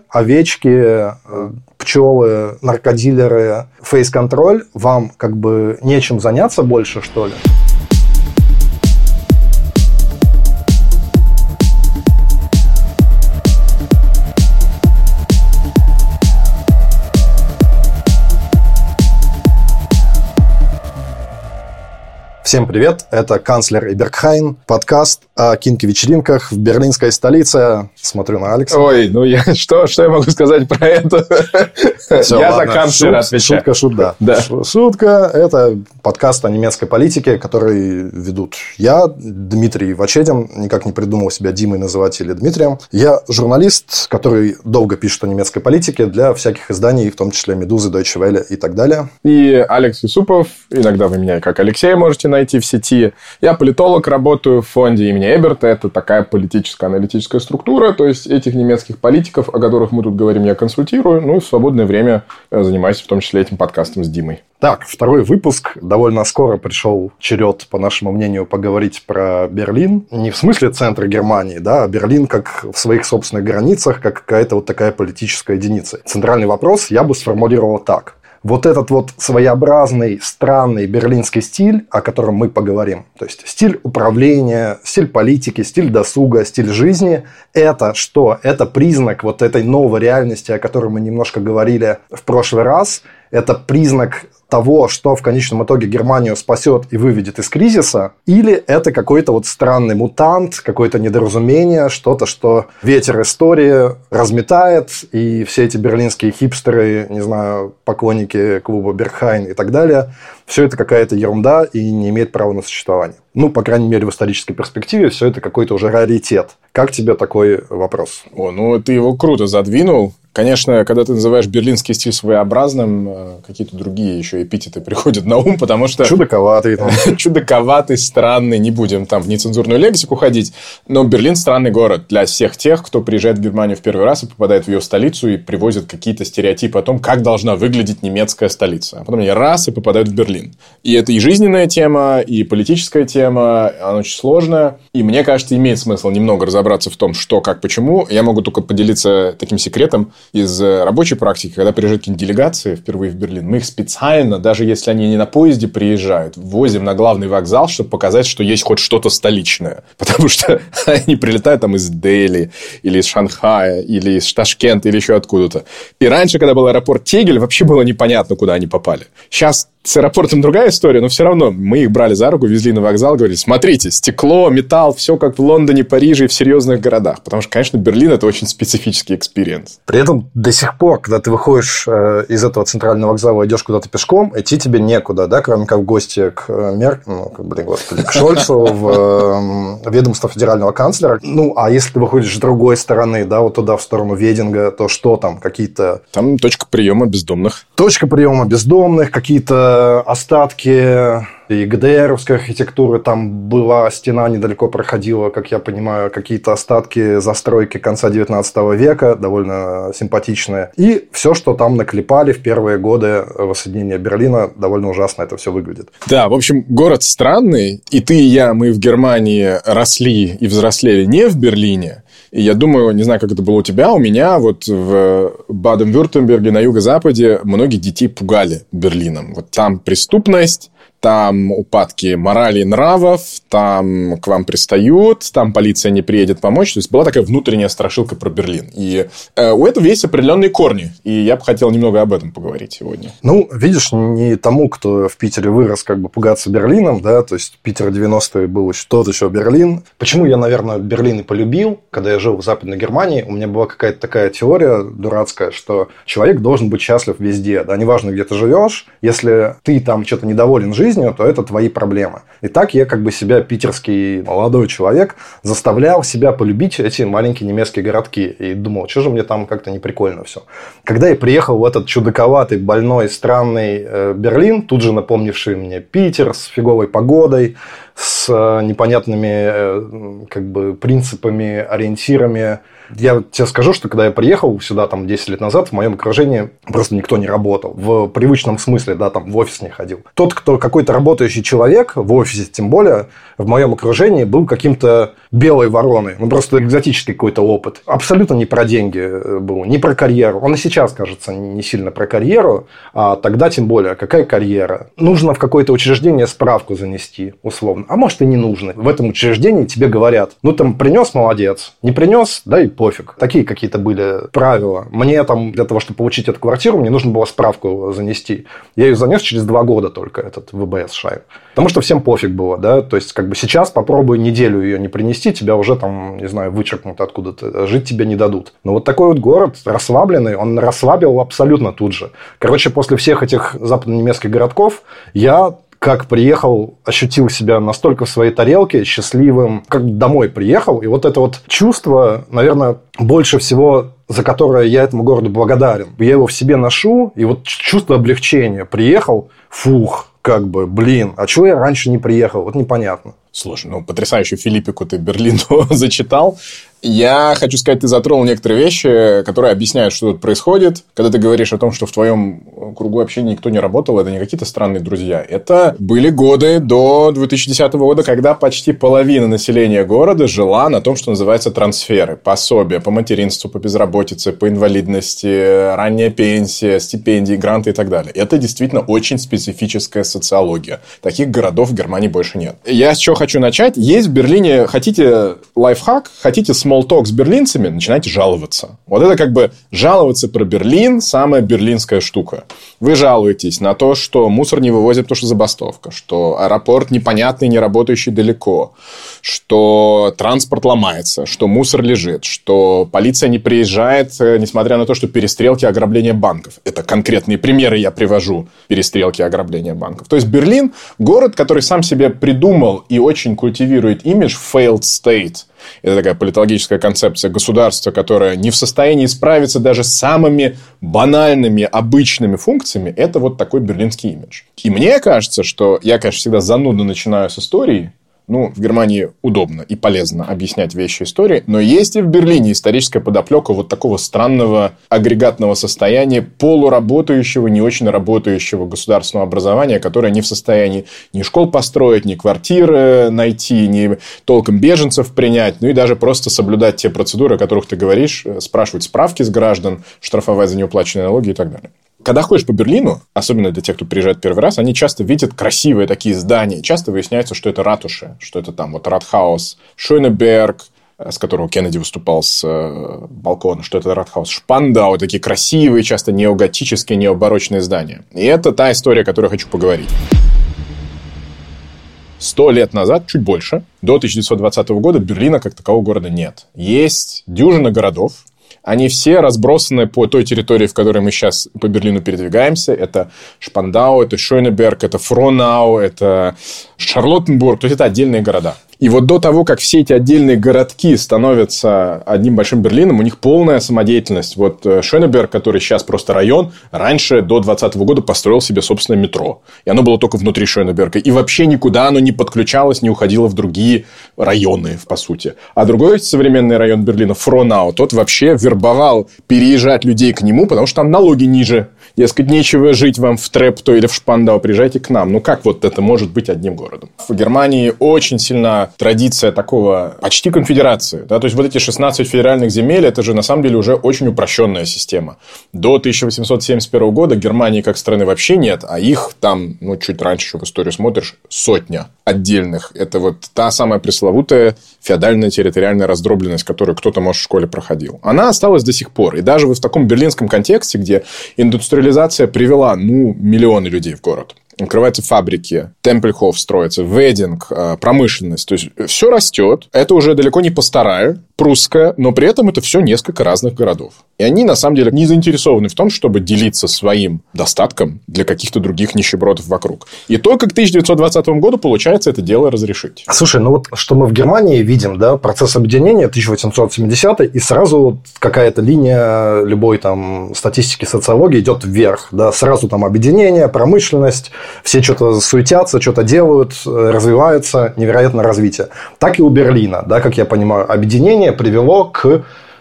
овечки, пчелы, наркодилеры, фейс-контроль. Вам как бы нечем заняться больше, что ли? Всем привет, это канцлер и Бергхайн, подкаст о кинки-вечеринках в берлинской столице. Смотрю на Алекса. Ой, что я могу сказать про это? Все, я ладно. за канцлера отвечаю. Шутка. Шутка – это подкаст о немецкой политике, который ведут я, Дмитрий Вачедин, никак не придумал себя Димой называть или Дмитрием. Я журналист, который долго пишет о немецкой политике для всяких изданий, в том числе «Медузы», Deutsche Welle и так далее. И Алекс Юсупов, иногда вы меня как Алексея можете найти в сети. Я политолог, работаю в фонде имени Эберта. Это такая политическая аналитическая структура. То есть, этих немецких политиков, о которых мы тут говорим, я консультирую. Ну, и в свободное время занимаюсь в том числе этим подкастом с Димой. Так, второй выпуск. Довольно скоро пришел черед, по нашему мнению, поговорить про Берлин. Не в смысле центра Германии, да, а Берлин как в своих собственных границах, как какая-то вот такая политическая единица. Центральный вопрос я бы сформулировал так. Вот этот вот своеобразный, странный берлинский стиль, о котором мы поговорим, то есть стиль управления, стиль политики, стиль досуга, стиль жизни, это что? Это признак вот этой новой реальности, о которой мы немножко говорили в прошлый раз. Это признак того, что в конечном итоге Германию спасет и выведет из кризиса, или это какой-то вот странный мутант, какое-то недоразумение, что-то, что ветер истории разметает, и все эти берлинские хипстеры, не знаю, поклонники клуба Бергхайн и так далее, все это какая-то ерунда и не имеет права на существование. Ну, по крайней мере, в исторической перспективе все это какой-то уже раритет. Как тебе такой вопрос? Ты его круто задвинул. Конечно, когда ты называешь берлинский стиль своеобразным, какие-то другие еще эпитеты приходят на ум, потому что... Чудаковатый. Чудаковатый, странный. Не будем там в нецензурную лексику ходить. Но Берлин странный город для всех тех, кто приезжает в Германию в первый раз и попадает в ее столицу и привозит какие-то стереотипы о том, как должна выглядеть немецкая столица. А потом они раз и попадают в Берлин. И это и жизненная тема, и политическая тема. Она очень сложная. И мне кажется, имеет смысл немного разобраться в том, что, как, почему. Я могу только поделиться таким секретом из рабочей практики, когда приезжают какие-нибудь делегации впервые в Берлин, мы их специально, даже если они не на поезде приезжают, возим на главный вокзал, чтобы показать, что есть хоть что-то столичное. Потому что они прилетают там из Дели, или из Шанхая, или из Ташкента, или еще откуда-то. И раньше, когда был аэропорт Тегель, вообще было непонятно, куда они попали. Сейчас с аэропортом другая история, но все равно мы их брали за руку, везли на вокзал, говорили, смотрите, стекло, металл, все как в Лондоне, Париже и в серьезных городах. Потому что, конечно, Берлин – это очень специфический экспириенс. При этом до сих пор, когда ты выходишь из этого центрального вокзала и идешь куда-то пешком, идти тебе некуда, да, кроме как в гости к к Шольцу в ведомство федерального канцлера. Ну, а если ты выходишь с другой стороны, да, вот туда, в сторону Вединга, то что там? Какие-то... Там точка приема бездомных. Точка приема бездомных, какие-то остатки и ГДРовской архитектуры. Там была стена, недалеко проходила, как я понимаю, какие-то остатки застройки конца 19 века, довольно симпатичные. И все, что там наклепали в первые годы воссоединения Берлина, довольно ужасно это все выглядит. Да, в общем, город странный. И ты, и я, мы в Германии росли и взрослели не в Берлине. И я думаю, не знаю, как это было у тебя, у меня вот в Баден-Вюртемберге на юго-западе многих детей пугали Берлином. Вот там преступность, там упадки морали и нравов, там к вам пристают, там полиция не приедет помочь. То есть, была такая внутренняя страшилка про Берлин. И у этого есть определенные корни. И я бы хотел немного об этом поговорить сегодня. Ну, видишь, не тому, кто в Питере вырос, как бы пугаться Берлином, да, то есть, Питер 90-е был тот еще Берлин. Почему я, наверное, Берлин и полюбил, когда я жил в Западной Германии, у меня была какая-то такая теория дурацкая, что человек должен быть счастлив везде, да, неважно, где ты живешь, если ты там что-то недоволен жизнью, то это твои проблемы. И так я как бы себя, питерский молодой человек, заставлял себя полюбить эти маленькие немецкие городки. И думал, что же мне там как-то неприкольно все. Когда я приехал в этот чудаковатый, больной, странный Берлин, тут же напомнивший мне Питер с фиговой погодой, с непонятными как бы принципами, ориентирами, Я тебе скажу, что когда я приехал сюда там 10 лет назад, в моем окружении просто никто не работал. В привычном смысле, да, там в офис не ходил. Тот, кто какой-то работающий человек, в офисе тем более, в моем окружении был каким-то белой вороной. Ну, просто экзотический какой-то опыт. Абсолютно не про деньги был, не про карьеру. Он и сейчас, кажется, не сильно про карьеру, а тогда тем более. Какая карьера? Нужно в какое-то учреждение справку занести, условно. А может, и не нужно. В этом учреждении тебе говорят, ну, там, принес – молодец. Не принес – да и пофиг. Такие какие-то были правила. Мне там, для того, чтобы получить эту квартиру, мне нужно было справку занести. Я ее занес через 2 года только, этот ВБС Шайб. Потому что всем пофиг было, да. То есть, как бы сейчас попробуй неделю ее не принести, тебя уже там, не знаю, вычеркнут откуда-то. Жить тебе не дадут. Но вот такой вот город расслабленный, он расслабил абсолютно тут же. Короче, после всех этих западно-немецких городков я... как приехал, ощутил себя настолько в своей тарелке, счастливым, как домой приехал. И вот это вот чувство, наверное, больше всего, за которое я этому городу благодарен. Я его в себе ношу, и вот чувство облегчения. Приехал, фух, как бы, блин, а чего я раньше не приехал? Вот непонятно. Слушай, ну, потрясающую Филиппику ты Берлину зачитал. Я хочу сказать, ты затронул некоторые вещи, которые объясняют, что тут происходит. Когда ты говоришь о том, что в твоем кругу общения никто не работал, это не какие-то странные друзья. Это были годы до 2010 года, когда почти половина населения города жила на том, что называется трансферы. Пособия по материнству, по безработице, по инвалидности, ранняя пенсия, стипендии, гранты и так далее. Это действительно очень специфическая социология. Таких городов в Германии больше нет. Я с чего хочу начать. Есть в Берлине, хотите лайфхак, хотите small talk с берлинцами, начинайте жаловаться. Вот это как бы жаловаться про Берлин – самая берлинская штука. Вы жалуетесь на то, что мусор не вывозят, потому что забастовка, что аэропорт непонятный, не работающий далеко, что транспорт ломается, что мусор лежит, что полиция не приезжает, несмотря на то, что перестрелки, ограбления банков. Это конкретные примеры я привожу. Перестрелки, ограбления банков. То есть, Берлин – город, который сам себе придумал и очень культивирует имидж failed state. Это такая политологическая концепция государства, которое не в состоянии справиться даже с самыми банальными, обычными функциями. Это вот такой берлинский имидж. И мне кажется, что я, конечно, всегда занудно начинаю с истории. Ну, в Германии удобно и полезно объяснять вещи истории. Но есть и в Берлине историческая подоплека вот такого странного агрегатного состояния полуработающего, не очень работающего государственного образования, которое не в состоянии ни школ построить, ни квартиры найти, ни толком беженцев принять, ну и даже просто соблюдать те процедуры, о которых ты говоришь, спрашивать справки с граждан, штрафовать за неуплаченные налоги и так далее. Когда ходишь по Берлину, особенно для тех, кто приезжает первый раз, они часто видят красивые такие здания. Часто выясняется, что это ратуши, что это там вот Ратхаус, Шönеберг, с которого Кеннеди выступал с балкона, что это Ратхаус, Шпандау, такие красивые, часто неоготические, необарочные здания. И это та история, о которой я хочу поговорить. 100 лет назад, чуть больше, до 1920 года Берлина как такового города нет. Есть дюжина городов. Они все разбросаны по той территории, в которой мы сейчас по Берлину передвигаемся. Это Шпандау, это Шönеберг, это Фронау, это Шарлоттенбург. То есть, это отдельные города. И вот до того, как все эти отдельные городки становятся одним большим Берлином, у них полная самодеятельность. Вот Шönеберг, который сейчас просто район, раньше до 2020 года построил себе собственное метро. И оно было только внутри Шönеберга. И вообще никуда оно не подключалось, не уходило в другие районы, по сути. А другой современный район Берлина, Фронау, тот вообще вербовал переезжать людей к нему, потому что там налоги ниже. Дескать, нечего жить вам в Трепто или в Шпандау, приезжайте к нам. Ну, как вот это может быть одним городом? В Германии очень сильна традиция такого почти конфедерации. Да? То есть, вот эти 16 федеральных земель, это же на самом деле уже очень упрощенная система. До 1871 года Германии как страны вообще нет, а их там, ну, чуть раньше еще в историю смотришь, сотня отдельных. Это вот та самая пресловутая феодальная территориальная раздробленность, которую кто-то, может, в школе проходил. Она осталась до сих пор. И даже вот в таком берлинском контексте, где индустриализация привела, ну, миллионы людей в город. Открываются фабрики, Темпельхоф строится, Вединг, промышленность. То есть, все растет. Это уже далеко не пастораль прусская, но при этом это все несколько разных городов. И они, на самом деле, не заинтересованы в том, чтобы делиться своим достатком для каких-то других нищебродов вокруг. И только к 1920 году получается это дело разрешить. Слушай, ну вот что мы в Германии видим, да, процесс объединения 1870, и сразу какая-то линия любой там статистики, социологии идет вверх. Да, сразу там объединение, промышленность, все что-то суетятся, что-то делают, развиваются, невероятное развитие. Так и у Берлина, да, как я понимаю, объединение привело к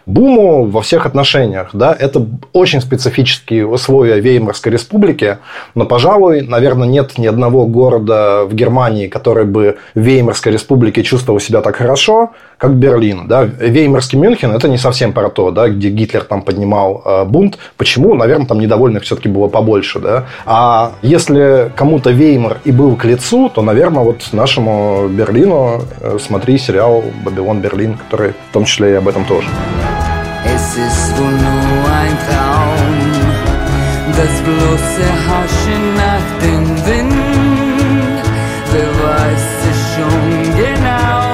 буму во всех отношениях. Да? Это очень специфические условия Веймарской республики, но, пожалуй, наверное, нет ни одного города в Германии, который бы в Веймарской республике чувствовал себя так хорошо, как Берлин. Да? Веймарский Мюнхен – это не совсем про то, да, где Гитлер там поднимал бунт. Почему? Наверное, там недовольных все-таки было побольше. Да? А если кому-то Веймар и был к лицу, то, наверное, вот нашему Берлину смотри сериал «Babylon Berlin», который в том числе и об этом тоже. Es ist wohl nur ein Traum, das bloße Haschen nach dem Wind, wer weiß es schon genau.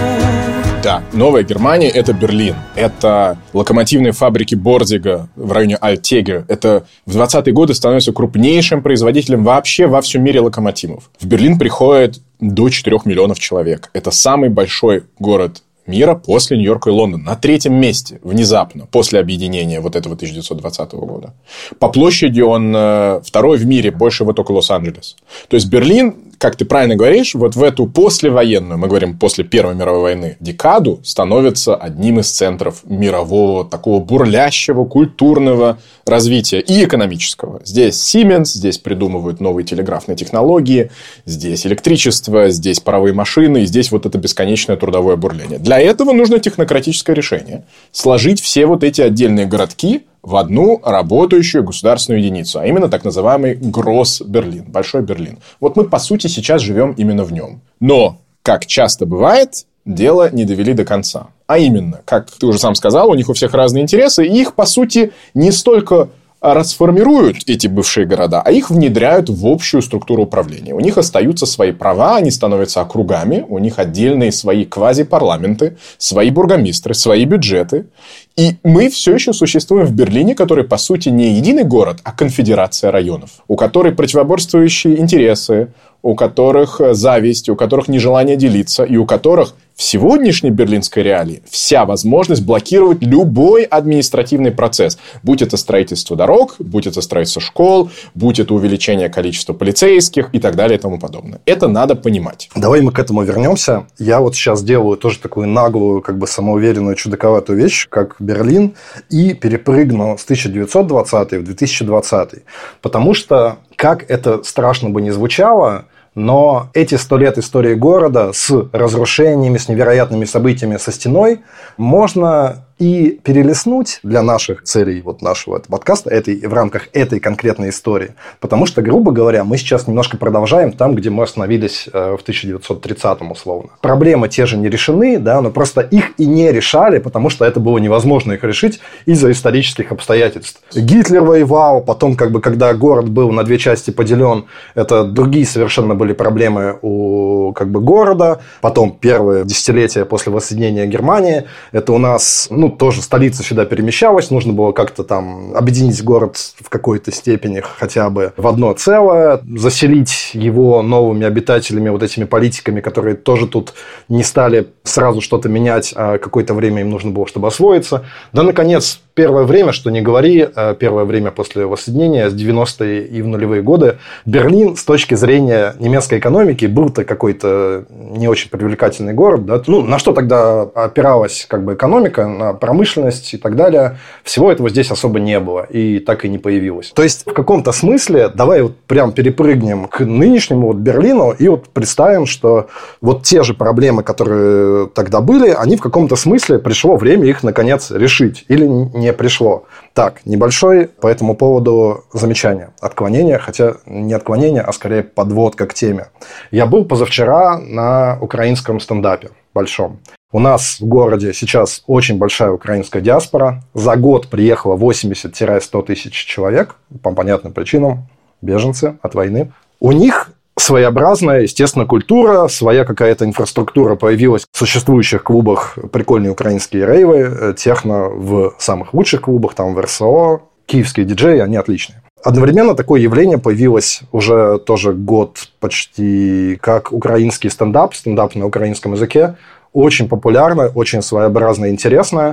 Да, Новая Германия – это Берлин. Это локомотивные фабрики Борзига в районе Альтеге. Это в 20-е годы становится крупнейшим производителем вообще во всем мире локомотивов. В Берлин приходит до 4 миллионов человек. Это самый большой город мира после Нью-Йорка и Лондона. На 3-м месте, внезапно, после объединения вот этого 1920 года. По площади он 2-й в мире, больше вот только Лос-Анджелес. То есть, Берлин, как ты правильно говоришь, вот в эту послевоенную, мы говорим после Первой мировой войны, декаду, становится одним из центров мирового такого бурлящего культурного развития и экономического. Здесь Siemens, здесь придумывают новые телеграфные технологии, здесь электричество, здесь паровые машины, и здесь вот это бесконечное трудовое бурление. Для этого нужно технократическое решение. Сложить все вот эти отдельные городки в одну работающую государственную единицу, а именно так называемый Гросс-Берлин, Большой Берлин. Вот мы, по сути, сейчас живем именно в нем. Но, как часто бывает, дело не довели до конца. А именно, как ты уже сам сказал, у них у всех разные интересы, и их, по сути, не столько расформируют эти бывшие города, а их внедряют в общую структуру управления. У них остаются свои права, они становятся округами, у них отдельные свои квазипарламенты, свои бургомистры, свои бюджеты. И мы все еще существуем в Берлине, который, по сути, не единый город, а конфедерация районов, у которой противоборствующие интересы, у которых зависть, у которых нежелание делиться, и у которых в сегодняшней берлинской реалии вся возможность блокировать любой административный процесс. Будь это строительство дорог, будь это строительство школ, будь это увеличение количества полицейских и так далее и тому подобное. Это надо понимать. Давай мы к этому вернемся. Я вот сейчас делаю тоже такую наглую, как бы самоуверенную, чудаковатую вещь, как Берлин, и перепрыгну с 1920 в 2020. Потому что, как это страшно бы ни звучало, но эти 100 лет истории города с разрушениями, с невероятными событиями со стеной можно и перелистнуть для наших целей вот нашего подкаста в рамках этой конкретной истории. Потому что, грубо говоря, мы сейчас немножко продолжаем там, где мы остановились в 1930-м условно. Проблемы те же не решены, да, но просто их и не решали, потому что это было невозможно их решить из-за исторических обстоятельств. Гитлер воевал, потом, как бы, когда город был на 2 части поделен, это другие совершенно были проблемы у как бы, города. Потом первые десятилетия после воссоединения Германии, это у нас... тоже столица сюда перемещалась, нужно было как-то там объединить город в какой-то степени хотя бы в одно целое, заселить его новыми обитателями, вот этими политиками, которые тоже тут не стали сразу что-то менять, а какое-то время им нужно было, чтобы освоиться. Да, наконец, первое время, что не говори, первое время после воссоединения, с 90-е и в нулевые годы, Берлин с точки зрения немецкой экономики был-то какой-то не очень привлекательный город. Да? На что тогда опиралась как бы экономика? На промышленность и так далее. Всего этого здесь особо не было и так и не появилось. То есть, в каком-то смысле, давай вот прям перепрыгнем к нынешнему вот Берлину и вот представим, что вот те же проблемы, которые тогда были, они в каком-то смысле пришло время их, наконец, решить. Или не пришло. Так, небольшое по этому поводу замечание. Отклонение, хотя не отклонение, а скорее подводка к теме. Я был позавчера на украинском стендапе большом. У нас в городе сейчас очень большая украинская диаспора. За год приехало 80-100 тысяч человек. По понятным причинам. Беженцы от войны. У них своеобразная, естественно, культура, своя какая-то инфраструктура появилась в существующих клубах. Прикольные украинские рейвы, техно в самых лучших клубах, там в РСО. Киевские диджеи, они отличные. Одновременно такое явление появилось уже тоже год почти как украинский стендап на украинском языке. Очень популярно, очень своеобразно и интересно.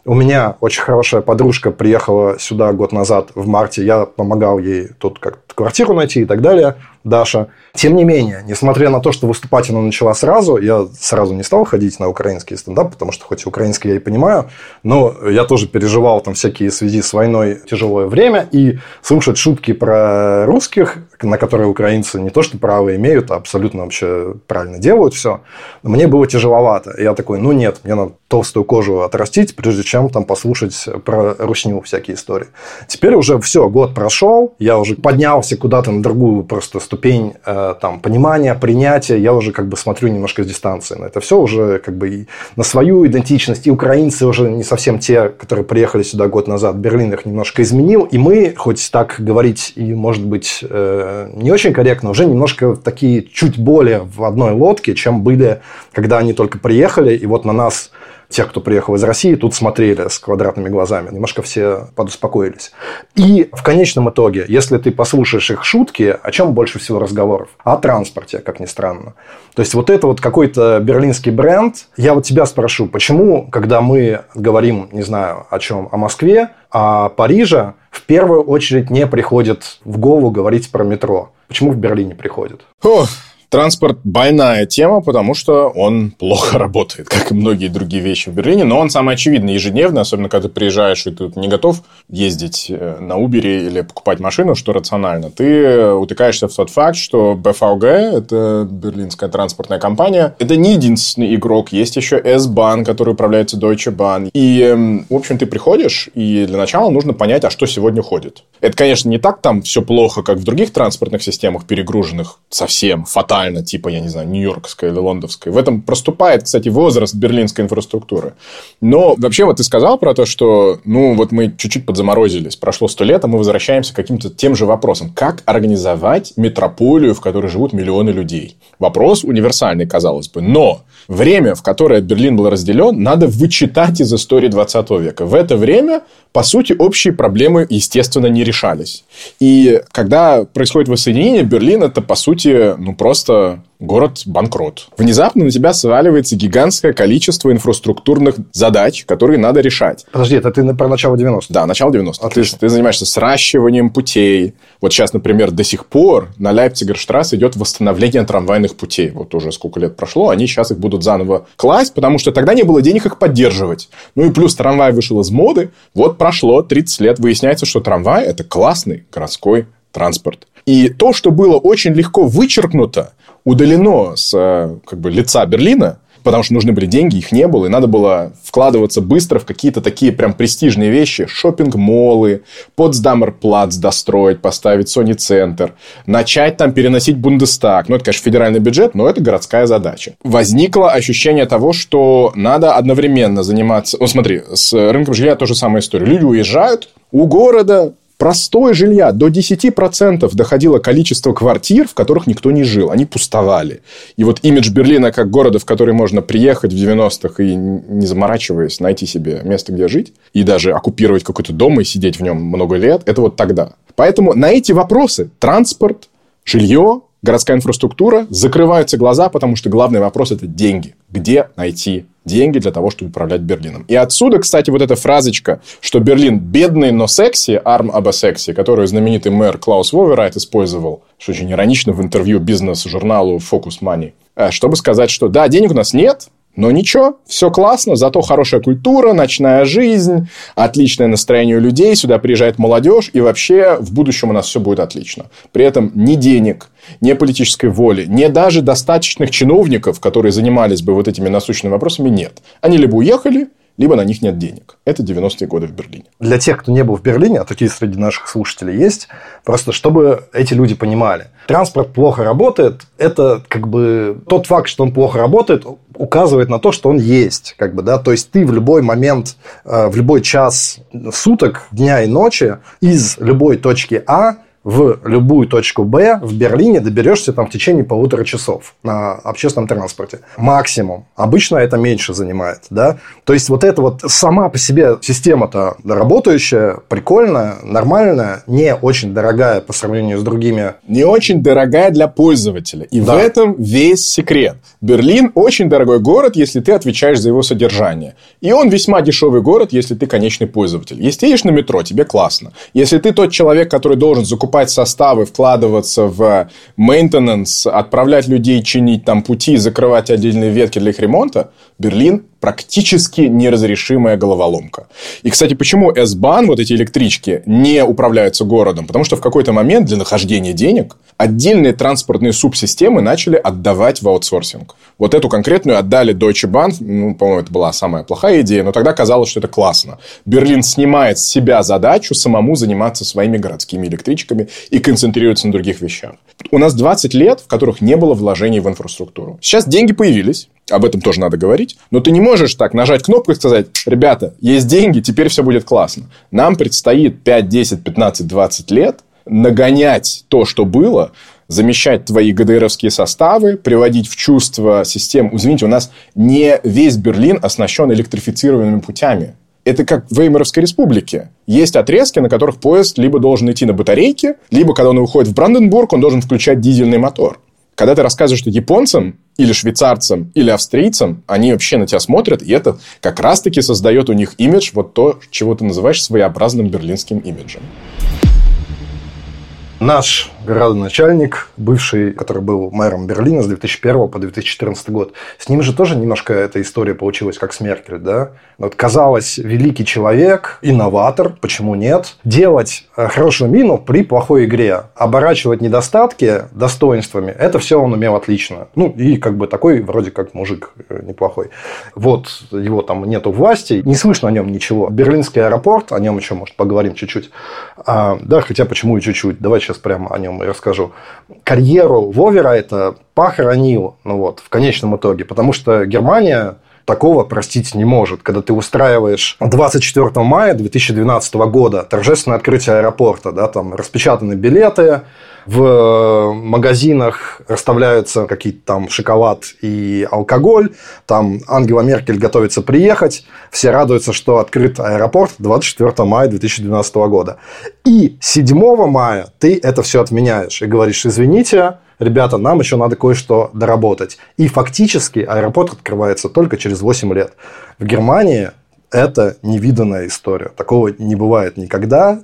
У меня очень хорошая подружка приехала сюда год назад, в марте. Я помогал ей тут как-то квартиру найти и так далее, Даша. Тем не менее, несмотря на то, что выступать она начала сразу, я сразу не стал ходить на украинский стендап, потому что хоть украинский я и понимаю, но я тоже переживал там всякие в связи с войной тяжелое время, и слушать шутки про русских, на которые украинцы не то что право имеют, а абсолютно вообще правильно делают все, мне было тяжеловато. И я такой, нет, мне надо толстую кожу отрастить, прежде чем там послушать про русню всякие истории. Теперь уже все, год прошел, я уже поднялся куда-то на другую просто ступень там, понимания, принятия, я уже как бы смотрю немножко с дистанции на это все, уже как бы и на свою идентичность, и украинцы уже не совсем те, которые приехали сюда год назад, Берлин их немножко изменил, и мы, хоть так говорить и, может быть, не очень корректно, уже немножко такие чуть более в одной лодке, чем были, когда они только приехали, и вот на нас, тех, кто приехал из России, тут смотрели с квадратными глазами. Немножко все подуспокоились. И в конечном итоге, если ты послушаешь их шутки, о чем больше всего разговоров? О транспорте, как ни странно. То есть, вот это вот какой-то берлинский бренд. Я вот тебя спрошу, почему, когда мы говорим, не знаю, о чем, о Москве, о Париже, в первую очередь не приходит в голову говорить про метро? Почему в Берлине приходит? Транспорт – больная тема, потому что он плохо работает, как и многие другие вещи в Берлине. Но он самый очевидный ежедневно, особенно когда ты приезжаешь и ты не готов ездить на Uber или покупать машину, что рационально. Ты утыкаешься в тот факт, что BVG – это берлинская транспортная компания. Это не единственный игрок. Есть еще S-Bahn, который управляется Deutsche Bahn. И, в общем, ты приходишь, и для начала нужно понять, а что сегодня ходит. Это, конечно, не так там все плохо, как в других транспортных системах, перегруженных совсем фатально, типа, я не знаю, нью-йоркской или лондонской. В этом проступает, кстати, возраст берлинской инфраструктуры. Но вообще вот ты сказал про то, что вот мы чуть-чуть подзаморозились. Прошло 100 лет, а мы возвращаемся к каким-то тем же вопросам. Как организовать метрополию, в которой живут миллионы людей? Вопрос универсальный, казалось бы. Но время, в которое Берлин был разделен, надо вычитать из истории 20 века. В это время, по сути, общие проблемы, естественно, не решались. И когда происходит воссоединение, Берлин – это, по сути, просто город-банкрот. Внезапно на тебя сваливается гигантское количество инфраструктурных задач, которые надо решать. Подожди, это ты про начало 90-х? Да, начало 90-х. Ты занимаешься сращиванием путей. Вот сейчас, например, до сих пор на Лейпцигерштрассе идет восстановление трамвайных путей. Вот уже сколько лет прошло, они сейчас их будут заново класть, потому что тогда не было денег их поддерживать. Ну и плюс трамвай вышел из моды. Вот прошло 30 лет. Выясняется, что трамвай – это классный городской транспорт. И то, что было очень легко вычеркнуто, удалено с лица Берлина, потому что нужны были деньги, их не было, и надо было вкладываться быстро в какие-то такие прям престижные вещи. Шоппинг-моллы, Потсдамер-плац достроить, поставить Сони-центр, начать там переносить Бундестаг. Это, конечно, федеральный бюджет, но это городская задача. Возникло ощущение того, что надо одновременно заниматься... Смотри, с рынком жилья та же самая история. Люди уезжают, у города... Простое жилья до 10% доходило количество квартир, в которых никто не жил. Они пустовали. И вот имидж Берлина как города, в который можно приехать в 90-х и, не заморачиваясь, найти себе место, где жить, и даже оккупировать какой-то дом и сидеть в нем много лет, это вот тогда. Поэтому на эти вопросы – транспорт, жилье, городская инфраструктура – закрываются глаза, потому что главный вопрос – это деньги. Где найти деньги для того, чтобы управлять Берлином? И отсюда, кстати, вот эта фразочка, что Берлин бедный, но секси, арм аба секси, которую знаменитый мэр Клаус Воверайт использовал, что очень иронично в интервью бизнес-журналу Focus Money, чтобы сказать, что да, денег у нас нет, но ничего, все классно, зато хорошая культура, ночная жизнь, отличное настроение у людей, сюда приезжает молодежь, и вообще в будущем у нас все будет отлично. При этом ни денег, ни политической воли, ни даже достаточных чиновников, которые занимались бы вот этими насущными вопросами, нет. Они либо уехали, либо на них нет денег. Это 90-е годы в Берлине. Для тех, кто не был в Берлине, а такие среди наших слушателей есть, просто чтобы эти люди понимали. Транспорт плохо работает, это как бы тот факт, что он плохо работает, указывает на то, что он есть. То есть, ты в любой момент, в любой час суток, дня и ночи из любой точки А в любую точку Б в Берлине доберешься там в течение 1,5 часов на общественном транспорте. Максимум. Обычно это меньше занимает. Да? То есть, вот эта вот сама по себе система-то работающая, прикольная, нормальная, не очень дорогая по сравнению с другими. Не очень дорогая для пользователя. И в этом весь секрет. Берлин очень дорогой город, если ты отвечаешь за его содержание. И он весьма дешевый город, если ты конечный пользователь. Если едешь на метро, тебе классно. Если ты тот человек, который должен закупать составы, вкладываться в мейнтенанс, отправлять людей чинить там пути, закрывать отдельные ветки для их ремонта, Берлин практически неразрешимая головоломка. И, кстати, почему S-Bahn, вот эти электрички, не управляются городом? Потому что в какой-то момент для нахождения денег отдельные транспортные субсистемы начали отдавать в аутсорсинг. Вот эту конкретную отдали Deutsche Bahn. По-моему, это была самая плохая идея, но тогда казалось, что это классно. Берлин снимает с себя задачу самому заниматься своими городскими электричками и концентрируется на других вещах. У нас 20 лет, в которых не было вложений в инфраструктуру. Сейчас деньги появились. Об этом тоже надо говорить. Но ты не можешь так нажать кнопку и сказать: ребята, есть деньги, теперь все будет классно. Нам предстоит 5, 10, 15, 20 лет нагонять то, что было, замещать твои ГДРовские составы, приводить в чувство систему. Извините, у нас не весь Берлин оснащен электрифицированными путями. Это как в Веймаровской республике. Есть отрезки, на которых поезд либо должен идти на батарейке, либо, когда он выходит в Бранденбург, он должен включать дизельный мотор. Когда ты рассказываешь это японцам, или швейцарцам, или австрийцам, они вообще на тебя смотрят, и это как раз-таки создает у них имидж, вот то, чего ты называешь своеобразным берлинским имиджем. Наш градоначальник, бывший, который был мэром Берлина с 2001 по 2014 год, с ним же тоже немножко эта история получилась, как с Меркель, да? Вот, казалось, великий человек, инноватор, почему нет? Делать хорошую мину при плохой игре, оборачивать недостатки достоинствами, это все он умел отлично. Ну, и как бы такой вроде как мужик неплохой. Вот его там нету власти, не слышно о нем ничего. Берлинский аэропорт, о нем еще, может, поговорим чуть-чуть. Да, хотя почему и чуть-чуть. Давай сейчас прямо о нем и расскажу. Карьеру Воверайта похоронил, в конечном итоге, потому что Германия такого простить не может. Когда ты устраиваешь 24 мая 2012 года торжественное открытие аэропорта, да, там распечатаны билеты, в магазинах расставляются какие-то там шоколад и алкоголь, там Ангела Меркель готовится приехать, все радуются, что открыт аэропорт 24 мая 2012 года. И 7 мая ты это все отменяешь и говоришь: извините, ребята, нам еще надо кое-что доработать. И фактически аэропорт открывается только через 8 лет. В Германии это невиданная история. Такого не бывает никогда.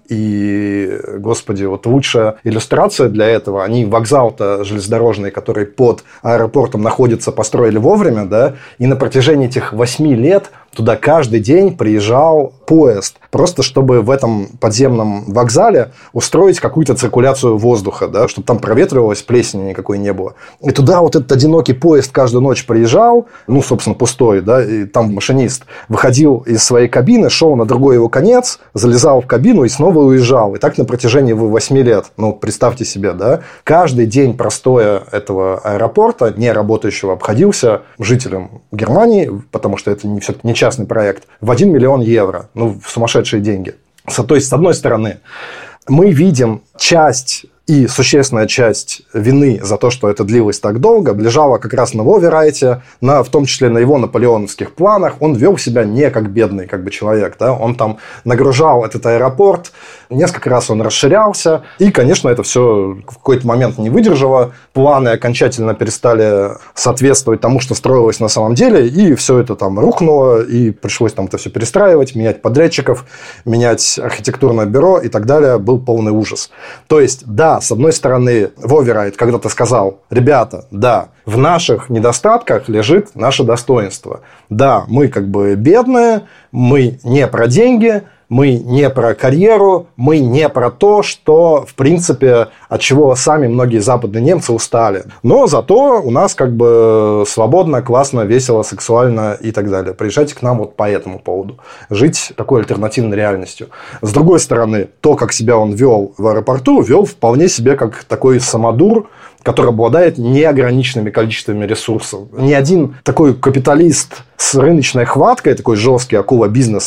И, господи, вот лучшая иллюстрация для этого. Они вокзал-то железнодорожный, который под аэропортом находится, построили вовремя, да, и на протяжении этих 8 лет туда каждый день приезжал поезд. Просто чтобы в этом подземном вокзале устроить какую-то циркуляцию воздуха, да, чтобы там проветривалось, плесени никакой не было. И туда вот этот одинокий поезд каждую ночь приезжал, собственно, пустой, да, и там машинист выходил из своей кабины, шел на другой его конец, залезал в кабину и снова уезжал. И так на протяжении 8 лет. Представьте себе, да, каждый день простоя этого аэропорта, не работающего, обходился жителям Германии, потому что это все-таки не частный проект, в 1 миллион евро. Сумасшедшие деньги. То есть, с одной стороны, мы видим часть и существенная часть вины за то, что это длилось так долго, лежала как раз на Воверайте, в том числе на его наполеоновских планах. Он вел себя не как бедный человек. Да? Он там нагружал этот аэропорт, несколько раз он расширялся. И, конечно, это все в какой-то момент не выдержало. Планы окончательно перестали соответствовать тому, что строилось на самом деле. И все это там рухнуло. И пришлось там это все перестраивать, менять подрядчиков, менять архитектурное бюро и так далее. Был полный ужас. То есть, да, с одной стороны, Воверайт когда-то сказал: ребята, да, в наших недостатках лежит наше достоинство. Да, мы бедные, мы не про деньги, мы не про карьеру, мы не про то, что, в принципе, от чего сами многие западные немцы устали. Но зато у нас свободно, классно, весело, сексуально и так далее. Приезжайте к нам по этому поводу. Жить такой альтернативной реальностью. С другой стороны, то, как себя он вел в аэропорту, вел вполне себе как такой самодур, который обладает неограниченными количествами ресурсов. Ни один такой капиталист с рыночной хваткой, такой жесткий акула бизнеса,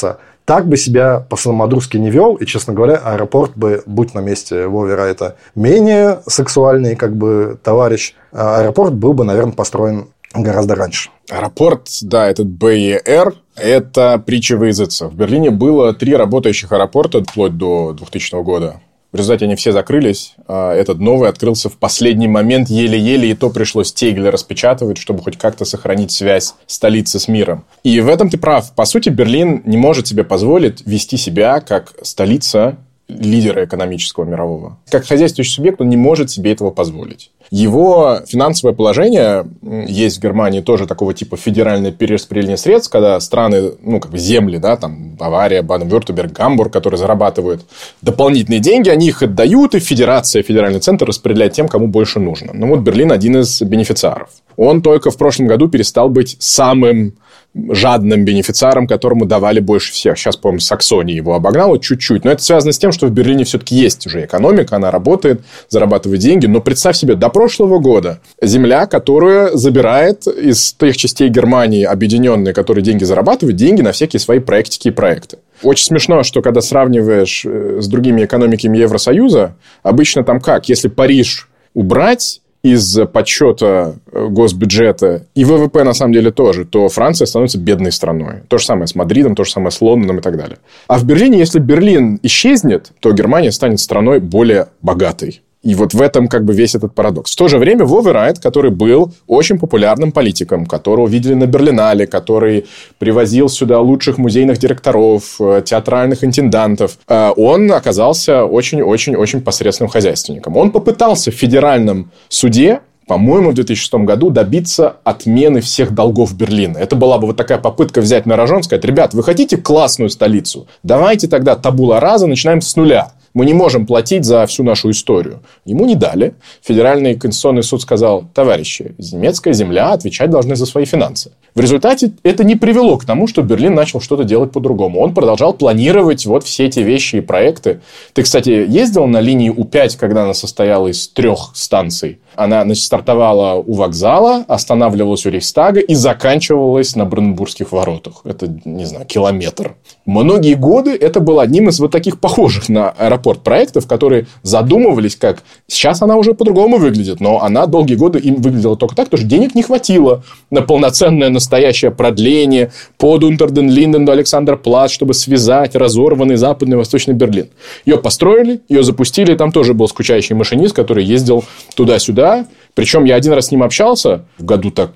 так бы себя по-самодурски не вел. И, честно говоря, аэропорт бы, будь на месте Вови Райта, менее сексуальный как бы товарищ, аэропорт был бы, наверное, построен гораздо раньше. Аэропорт, да, этот БЕР, это притча во языцах. В Берлине было 3 работающих аэропорта вплоть до 2000 года. В результате они все закрылись. Этот новый открылся в последний момент еле-еле, и то пришлось Тегель распечатывать, чтобы хоть как-то сохранить связь столицы с миром. И в этом ты прав. По сути, Берлин не может себе позволить вести себя как столица лидера экономического мирового. Как хозяйствующий субъект он не может себе этого позволить. Его финансовое положение, есть в Германии тоже такого типа федеральное перераспределение средств, когда страны, земли, да, там Бавария, Баден-Вюртемберг, Гамбург, которые зарабатывают дополнительные деньги, они их отдают, и федерация, федеральный центр распределяет тем, кому больше нужно. Ну, вот Берлин один из бенефициаров. Он только в прошлом году перестал быть самым жадным бенефициаром, которому давали больше всех. Сейчас, по-моему, Саксония его обогнала чуть-чуть. Но это связано с тем, что в Берлине все-таки есть уже экономика, она работает, зарабатывает деньги. Но представь себе, до прошлого года земля, которая забирает из тех частей Германии объединенные, которые деньги зарабатывают, деньги на всякие свои проектики и проекты. Очень смешно, что когда сравниваешь с другими экономиками Евросоюза, обычно там как? Если Париж убрать из подсчета госбюджета и ВВП на самом деле тоже, то Франция становится бедной страной. То же самое с Мадридом, то же самое с Лондоном и так далее. А в Берлине, если Берлин исчезнет, то Германия станет страной более богатой. И вот в этом весь этот парадокс. В то же время Вови Райт, который был очень популярным политиком, которого видели на Берлинале, который привозил сюда лучших музейных директоров, театральных интендантов, он оказался очень-очень-очень посредственным хозяйственником. Он попытался в федеральном суде, по-моему, в 2006 году добиться отмены всех долгов Берлина. Это была бы вот такая попытка взять на рожон, сказать: ребят, вы хотите классную столицу? Давайте тогда табула раса, начинаем с нуля. Мы не можем платить за всю нашу историю. Ему не дали. Федеральный конституционный суд сказал: товарищи, немецкая земля отвечать должны за свои финансы. В результате это не привело к тому, что Берлин начал что-то делать по-другому. Он продолжал планировать вот все эти вещи и проекты. Ты, кстати, ездил на линии У5, когда она состояла из 3 станций? Она стартовала у вокзала, останавливалась у Рейхстага и заканчивалась на Бранденбургских воротах. Это, не знаю, километр. Многие годы это был одним из вот таких похожих на аэропорт проектов, которые задумывались как... Сейчас она уже по-другому выглядит, но она долгие годы им выглядела только так, потому что денег не хватило на полноценное настоящее продление под Унтерден-Линден до Александр-Плац, чтобы связать разорванный западный и восточный Берлин. Ее построили, ее запустили, и там тоже был скучающий машинист, который ездил туда-сюда. Причем я один раз с ним общался, в году, в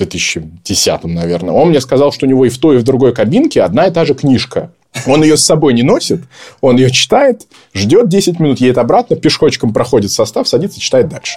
2010, наверное. Он мне сказал, что у него и в той, и в другой кабинке одна и та же книжка. Он ее с собой не носит, он ее читает, ждет 10 минут, едет обратно, пешочком проходит состав, садится и читает дальше.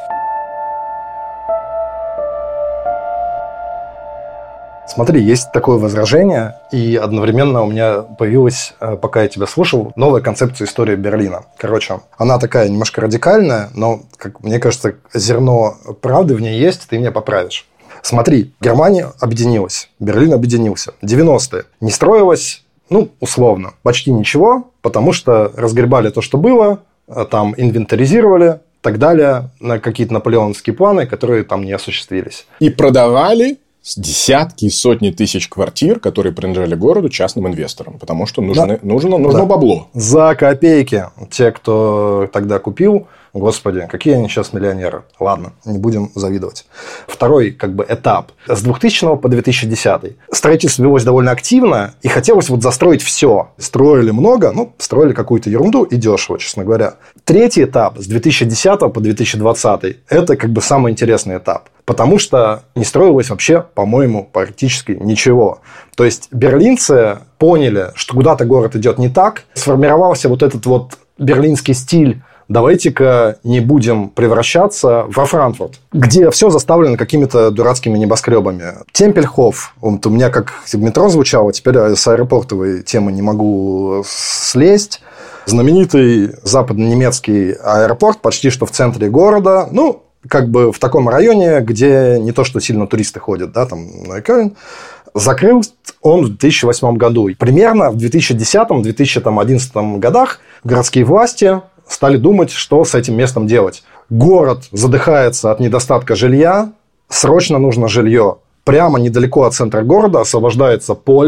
Смотри, есть такое возражение, и одновременно у меня появилась, пока я тебя слушал, новая концепция истории Берлина. Короче, она такая немножко радикальная, но, как мне кажется, зерно правды в ней есть, ты меня поправишь. Смотри, Германия объединилась, Берлин объединился. 90-е. Не строилось, условно, почти ничего, потому что разгребали то, что было, там инвентаризировали, и так далее, на какие-то наполеоновские планы, которые там не осуществились. И продавали десятки и сотни тысяч квартир, которые принадлежали городу, частным инвесторам, потому что нужно бабло. За копейки. Те, кто тогда купил, господи, какие они сейчас миллионеры. Ладно, не будем завидовать. Второй этап. С 2000 по 2010. Строительство велось довольно активно, и хотелось застроить все. Строили много, строили какую-то ерунду и дешево, честно говоря. Третий этап с 2010 по 2020. Это самый интересный этап. Потому что не строилось вообще, по-моему, практически ничего. То есть, берлинцы поняли, что куда-то город идет не так. Сформировался этот берлинский стиль. Давайте-ка не будем превращаться во Франкфурт, где все заставлено какими-то дурацкими небоскребами. Темпельхоф. У меня как в метро звучало, теперь с аэропортовой темы не могу слезть. Знаменитый западно-немецкий аэропорт почти что в центре города. В таком районе, где не то, что сильно туристы ходят, да, там, Нойкёльн. Закрыл он в 2008 году. Примерно в 2010-2011 годах городские власти стали думать, что с этим местом делать. Город задыхается от недостатка жилья, срочно нужно жилье. Прямо недалеко от центра города освобождается поле,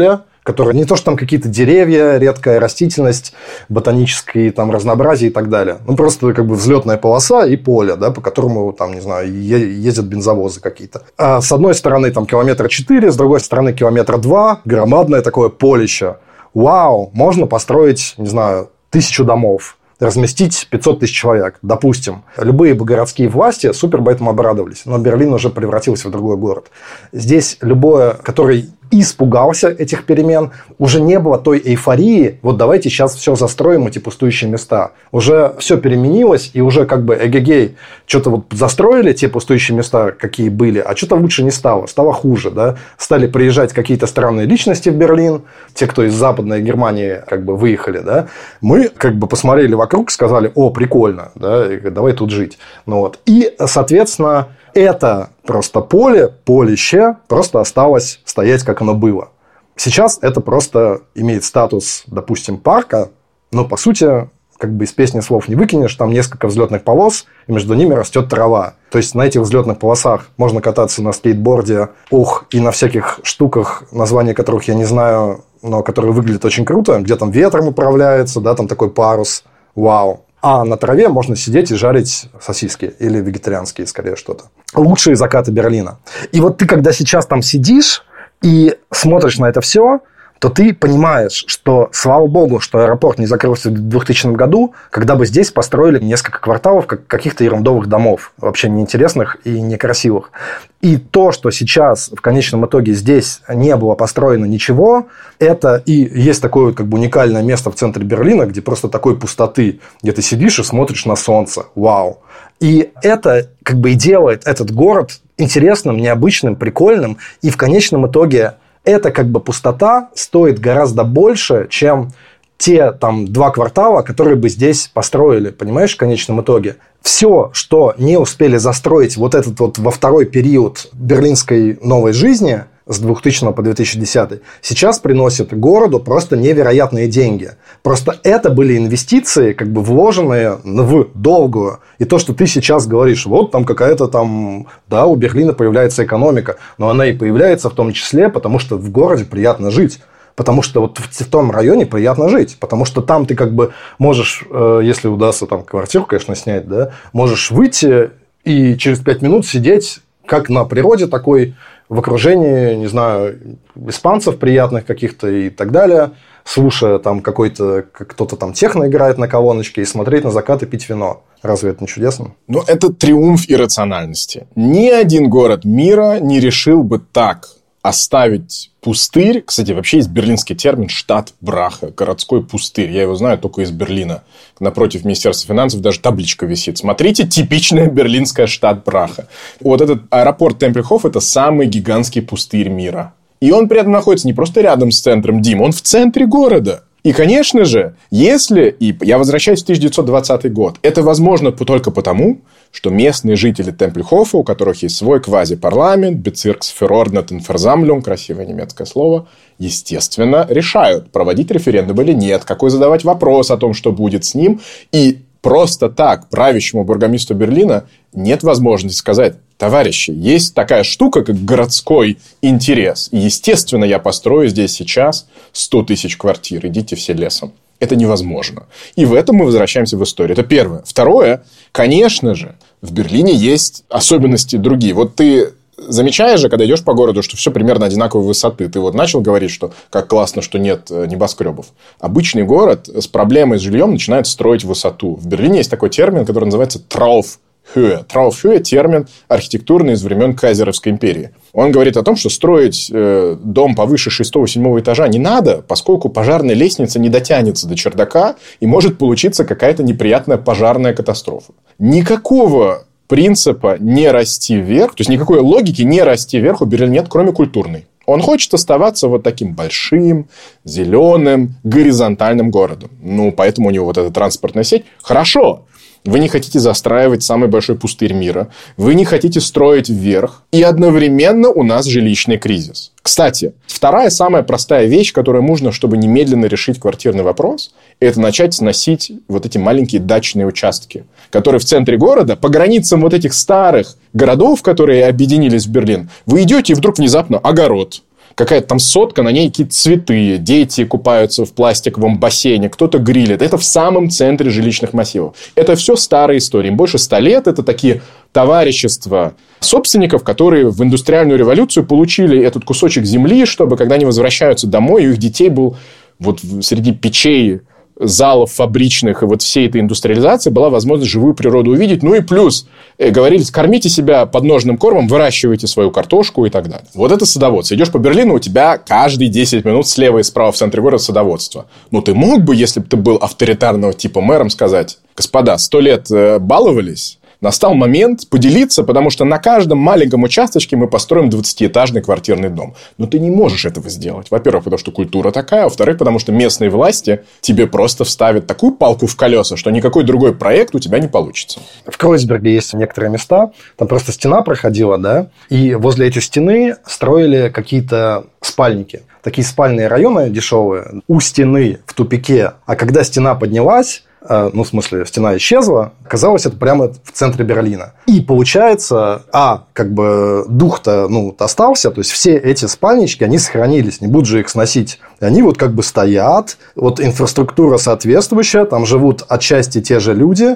которая не то, что там какие-то деревья, редкая растительность, ботаническое там разнообразие и так далее. Ну, просто как бы взлетная полоса и поле, да, по которому, там, не знаю, ездят бензовозы какие-то. А с одной стороны, там, 4 километра, с другой стороны, 2 километра, громадное такое полище. Вау, можно построить, не знаю, 1000 домов, разместить 500 тысяч человек, допустим. Любые бы городские власти супер бы этому обрадовались. Но Берлин уже превратился в другой город. Здесь любое, который испугался этих перемен, уже не было той эйфории, вот давайте сейчас все застроим, эти пустующие места. Уже все переменилось, и уже как бы эгегей, что-то вот застроили те пустующие места, какие были, а что-то лучше не стало, стало хуже, да. Стали приезжать какие-то странные личности в Берлин, те, кто из Западной Германии как бы выехали, да. Мы как бы посмотрели вокруг, сказали, о, прикольно, да, давай тут жить. Ну, вот. И, соответственно, это просто полище просто осталось стоять, как оно было. Сейчас это просто имеет статус, допустим, парка, но, по сути, как бы из песни слов не выкинешь, там несколько взлетных полос, и между ними растет трава. То есть, на этих взлетных полосах можно кататься на скейтборде, и на всяких штуках, названия которых я не знаю, но которые выглядят очень круто, где там ветром управляется, да, там такой парус, вау. А на траве можно сидеть и жарить сосиски. Или вегетарианские, скорее, что-то. Лучшие закаты Берлина. И вот ты, когда сейчас там сидишь и смотришь на это все, то ты понимаешь, что, слава богу, что аэропорт не закрылся в 2000 году, когда бы здесь построили несколько кварталов каких-то ерундовых домов, вообще неинтересных и некрасивых. И то, что сейчас в конечном итоге здесь не было построено ничего, это и есть такое вот как бы уникальное место в центре Берлина, где просто такой пустоты, где ты сидишь и смотришь на солнце. Вау! И это как бы и делает этот город интересным, необычным, прикольным. И в конечном итоге эта как бы пустота стоит гораздо больше, чем те там 2 квартала, которые бы здесь построили, понимаешь, в конечном итоге. Все, что не успели застроить вот этот вот во второй период берлинской новой жизни с 2000 по 2010, сейчас приносит городу просто невероятные деньги. Просто это были инвестиции, как бы вложенные в долгую. И то, что ты сейчас говоришь, вот там какая-то там, да, у Берлина появляется экономика, но она и появляется в том числе, потому что в городе приятно жить. Потому что вот в том районе приятно жить. Потому что там ты как бы можешь, если удастся там квартиру, конечно, снять, да, можешь выйти и через 5 минут сидеть как на природе такой, в окружении, не знаю, испанцев приятных каких-то и так далее, слушая там какой-то, кто-то там техно играет на колоночке и смотреть на закат и пить вино. Разве это не чудесно? Ну, это триумф иррациональности. Ни один город мира не решил бы так оставить пустырь. Кстати, вообще есть берлинский термин «штадтбраche», городской пустырь. Я его знаю только из Берлина. Напротив Министерства финансов даже табличка висит. Смотрите, типичная берлинская штадтбраche. Вот этот аэропорт Темпельхоф – это самый гигантский пустырь мира. И он при этом находится не просто рядом с центром, Дим, он в центре города. И, конечно же, если... И я возвращаюсь в 1920 год. Это возможно только потому, что местные жители Темпельхофа, у которых есть свой квазипарламент, Bezirksverordnetenversammlung, красивое немецкое слово, естественно, решают, проводить референдум или нет, какой задавать вопрос о том, что будет с ним. И просто так правящему бургомистру Берлина нет возможности сказать: товарищи, есть такая штука, как городской интерес. И, естественно, я построю здесь сейчас 100 тысяч квартир. Идите все лесом. Это невозможно. И в этом мы возвращаемся в историю. Это первое. Второе. Конечно же, в Берлине есть особенности другие. Вот ты замечаешь же, когда идешь по городу, что все примерно одинаковой высоты. Ты вот начал говорить, что как классно, что нет небоскребов. Обычный город с проблемой с жильем начинает строить высоту. В Берлине есть такой термин, который называется Traufhöhe. Traufhöhe – термин архитектурный из времен Кайзеровской империи. Он говорит о том, что строить дом повыше 6-7 этажа не надо, поскольку пожарная лестница не дотянется до чердака, и может получиться какая-то неприятная пожарная катастрофа. Никакого принципа не расти вверх, то есть никакой логики не расти вверх у Берлина нет, кроме культурной. Он хочет оставаться вот таким большим, зеленым, горизонтальным городом. Ну, поэтому у него вот эта транспортная сеть. Хорошо. Вы не хотите застраивать самый большой пустырь мира. Вы не хотите строить вверх. И одновременно у нас жилищный кризис. Кстати, вторая самая простая вещь, которую нужно, чтобы немедленно решить квартирный вопрос, это начать сносить вот эти маленькие дачные участки, которые в центре города, по границам вот этих старых городов, которые объединились в Берлин, вы идете, и вдруг внезапно огород. Какая-то там сотка, на ней какие-то цветы, дети купаются в пластиковом бассейне, кто-то грилит. Это в самом центре жилищных массивов. Это все старые истории. Им больше 100 лет. Это такие товарищества собственников, которые в индустриальную революцию получили этот кусочек земли, чтобы, когда они возвращаются домой, у их детей был вот среди печей, залов фабричных и вот всей этой индустриализации была возможность живую природу увидеть. Ну и плюс говорили, кормите себя подножным кормом, выращивайте свою картошку и так далее. Вот это садоводство. Идешь по Берлину, у тебя каждые 10 минут слева и справа в центре города садоводство. Ну, ты мог бы, если бы ты был авторитарного типа мэром, сказать: господа, 100 лет баловались, настал момент поделиться, потому что на каждом маленьком участочке мы построим 20-этажный квартирный дом. Но ты не можешь этого сделать. Во-первых, потому что культура такая. Во-вторых, потому что местные власти тебе просто вставят такую палку в колеса, что никакой другой проект у тебя не получится. В Кройцберге есть некоторые места. Там просто стена проходила, да, и возле этой стены строили какие-то спальники. Такие спальные районы дешевые, у стены в тупике. А когда стена поднялась, ну, в смысле, стена исчезла, оказалось, это прямо в центре Берлина. И получается, как бы дух-то, остался, то есть все эти спальнички, они сохранились, не будут же их сносить. И они вот как бы стоят, вот инфраструктура соответствующая, там живут отчасти те же люди,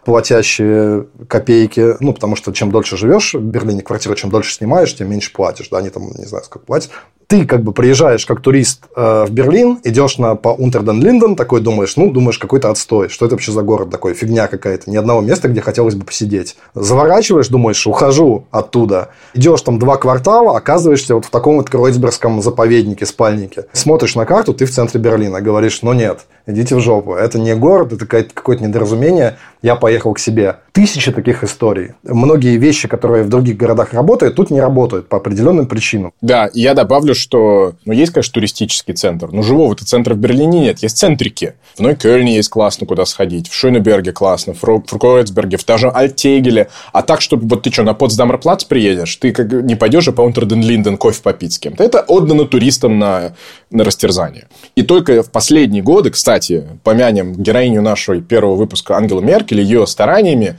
платящие копейки, потому что чем дольше живешь в Берлине, квартиру чем дольше снимаешь, тем меньше платишь, да, они там, не знаю, сколько платят. Ты как бы приезжаешь как турист в Берлин, идешь по Унтер-ден-Линден, такой думаешь, какой-то отстой, что это вообще за город такой, фигня какая-то, ни одного места, где хотелось бы посидеть. Заворачиваешь, думаешь, ухожу оттуда, идешь там 2 квартала, оказываешься вот в таком вот кройцбергском заповеднике, спальнике. Смотришь на карту, ты в центре Берлина, говоришь, нет, идите в жопу, это не город, это какое-то недоразумение, я поехал к себе. Тысячи таких историй. Многие вещи, которые в других городах работают, тут не работают по определенным причинам. Да, и я добавлю, что есть, конечно, туристический центр, но живого-то центра в Берлине нет. Есть центрики. В Нойкёльне есть классно, куда сходить. В Шönеберге классно. В Кройцберге, в даже Альтегеле. А так, чтобы вот ты что, на Потсдамерплац приедешь, ты как не пойдешь же по Унтер-ден-Линден кофе попить с кем-то. Это отдано туристам на растерзание. И только в последние годы, кстати, помянем героиню нашего первого выпуска Ангелу Меркель, ее стараниями,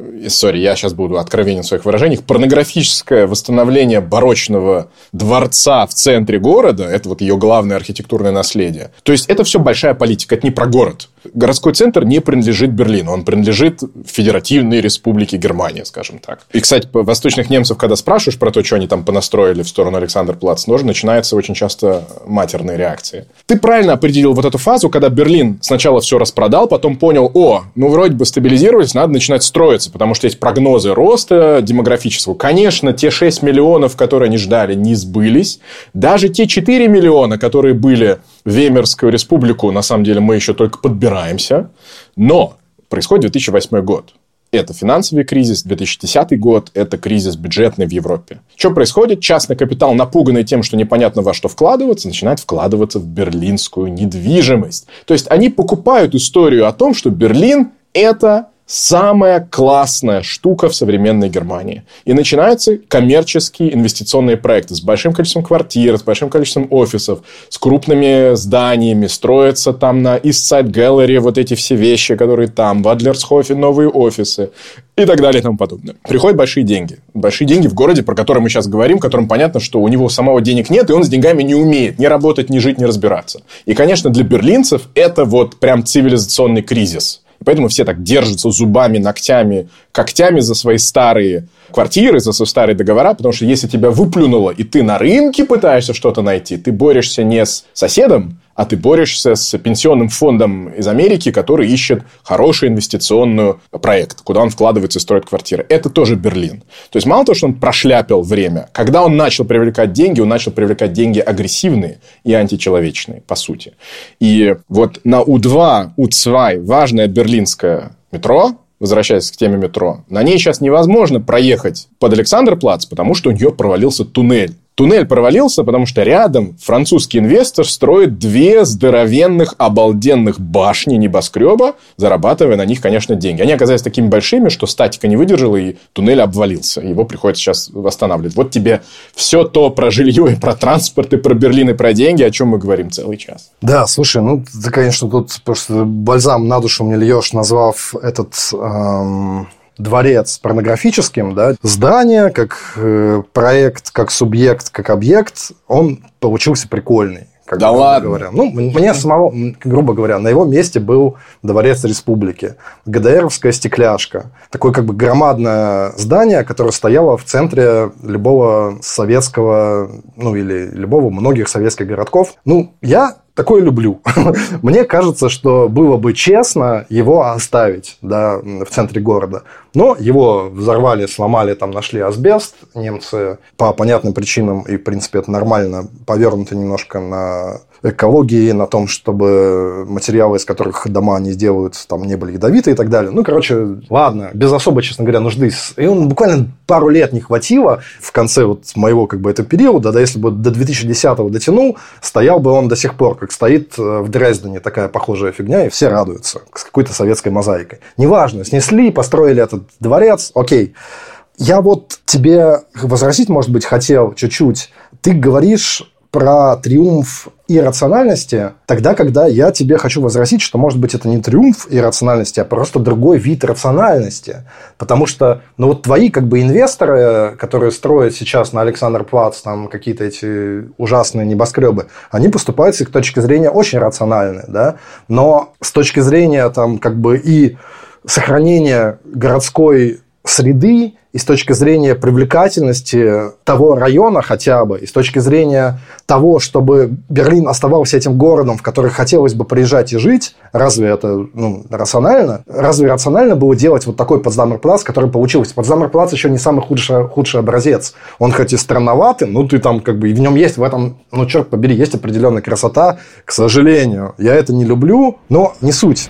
я сейчас буду откровенен в своих выражениях, порнографическое восстановление барочного дворца в центре города, это вот ее главное архитектурное наследие. То есть, это все большая политика, это не про город. Городской центр не принадлежит Берлину, он принадлежит Федеративной Республике Германия, скажем так. И, кстати, восточных немцев, когда спрашиваешь про то, что они там понастроили в сторону Александр-Плац, тоже начинается очень часто матерные реакции. Ты правильно определил вот эту фазу, когда Берлин сначала все распродал, потом понял, вроде бы стабилизировались, надо начинать строиться, потому что есть прогнозы роста демографического. Конечно, те 6 миллионов, которые они ждали, не сбылись. Даже те 4 миллиона, которые были в Веймарскую республику, на самом деле мы еще только подбираемся. Но происходит 2008 год. Это финансовый кризис, 2010 год, это кризис бюджетный в Европе. Что происходит? Частный капитал, напуганный тем, что непонятно во что вкладываться, начинает вкладываться в берлинскую недвижимость. То есть, они покупают историю о том, что Берлин – это самая классная штука в современной Германии. И начинаются коммерческие инвестиционные проекты с большим количеством квартир, с большим количеством офисов, с крупными зданиями. Строятся там на East Side Gallery вот эти все вещи, которые там. В Адлерсхофе новые офисы. И так далее и тому подобное. Приходят большие деньги. Большие деньги в городе, про который мы сейчас говорим, в котором понятно, что у него самого денег нет, и он с деньгами не умеет ни работать, ни жить, ни разбираться. И, конечно, для берлинцев это вот прям цивилизационный кризис. И поэтому все так держатся зубами, ногтями, когтями за свои старые квартиры, за свои старые договора, потому что если тебя выплюнуло, и ты на рынке пытаешься что-то найти, ты борешься не с соседом, а ты борешься с пенсионным фондом из Америки, который ищет хороший инвестиционный проект, куда он вкладывается и строит квартиры. Это тоже Берлин. То есть, мало того, что он прошляпил время, когда он начал привлекать деньги агрессивные и античеловечные, по сути. И вот на У2, У2 важное берлинское метро, возвращаясь к теме метро, на ней сейчас невозможно проехать под Александр-Плац, потому что у нее провалился туннель. Туннель провалился, потому что рядом французский инвестор строит 2 здоровенных, обалденных башни небоскреба, зарабатывая на них, конечно, деньги. Они оказались такими большими, что статика не выдержала, и туннель обвалился. Его приходится сейчас восстанавливать. Вот тебе все то про жилье, и про транспорт, и про Берлин, и про деньги, о чем мы говорим целый час. Да, слушай, ты, конечно, тут просто бальзам на душу мне льешь, назвав этот дворец порнографическим, да, здание, как проект, как субъект, как объект, он получился прикольный. Да ладно. Говоря. Ну, мне самого, грубо говоря, на его месте был Дворец Республики. ГДРовская стекляшка. Такое как бы громадное здание, которое стояло в центре любого советского, ну, или любого, многих советских городков. Ну, я такое люблю. Мне кажется, что было бы честно его оставить, да, в центре города. Но его взорвали, сломали, там нашли асбест. Немцы по понятным причинам, и в принципе это нормально, повернуты немножко на экологии, на том, чтобы материалы, из которых дома они сделают, там не были ядовиты и так далее. Ну, короче, ладно, без особой, честно говоря, нужды. И он буквально пару лет не хватило в конце вот моего как бы этого периода, да, если бы до 2010-го дотянул, стоял бы он до сих пор, как стоит в Дрездене такая похожая фигня, и все радуются с какой-то советской мозаикой. Неважно, снесли, построили этот дворец, окей. Я вот тебе возразить, может быть, хотел чуть-чуть. Ты говоришь про триумф иррациональности, тогда, когда я тебе хочу возразить, что, может быть, это не триумф иррациональности, а просто другой вид рациональности. Потому что, ну, вот твои, как бы, инвесторы, которые строят сейчас на Александр-Плац там какие-то эти ужасные небоскребы, они поступают с их точки зрения очень рациональны, да? Но с точки зрения, там, как бы, и сохранения городской среды, и с точки зрения привлекательности того района хотя бы, и с точки зрения того, чтобы Берлин оставался этим городом, в который хотелось бы приезжать и жить, разве это рационально? Разве рационально было делать вот такой Потсдамер-Плац, который получился? Потсдамер-Плац еще не самый худший образец. Он хоть и странноватый, но ты там как бы, и в нем есть в этом, ну, черт побери, есть определенная красота. К сожалению, я это не люблю, но не суть.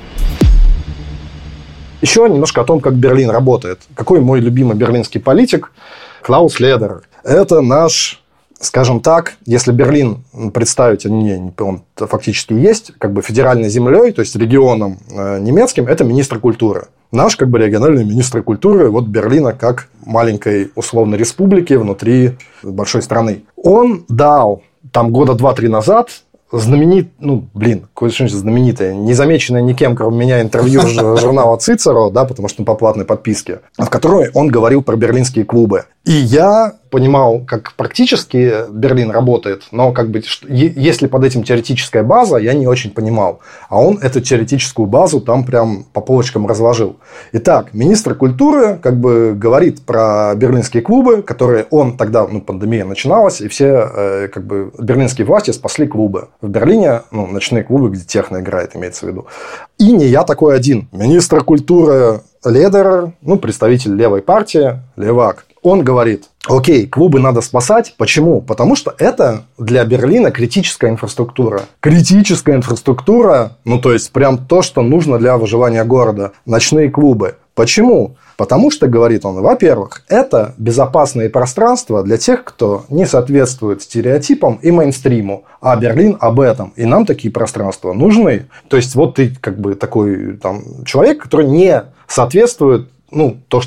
Еще немножко о том, как Берлин работает. Какой мой любимый берлинский политик? Клаус Лederer. Это наш, скажем так, если Берлин представить, он фактически есть, как бы федеральной землей, то есть регионом немецким, это министр культуры. Наш, как бы, региональный министр культуры вот Берлина как маленькой условной республики внутри большой страны. Он дал там года 2-3 назад какое-то знаменитое, незамеченное никем, кроме меня, интервью журнала Цицеро, да, потому что по платной подписке, в которой он говорил про берлинские клубы. И я понимал, как практически Берлин работает, но как бы, если под этим теоретическая база, я не очень понимал. А он эту теоретическую базу там прям по полочкам разложил. Итак, министр культуры как бы говорит про берлинские клубы, которые он тогда, пандемия начиналась, и все как бы берлинские власти спасли клубы. В Берлине ночные клубы, где техно играет, имеется в виду. И не я такой один. Министр культуры Лederer, представитель левой партии, левак, он говорит: окей, клубы надо спасать. Почему? Потому что это для Берлина критическая инфраструктура. Критическая инфраструктура, то есть прям то, что нужно для выживания города. Ночные клубы. Почему? Потому что, говорит он, во-первых, это безопасные пространства для тех, кто не соответствует стереотипам и мейнстриму. А Берлин об этом. И нам такие пространства нужны. То есть, вот ты как бы такой человек, который не соответствует то,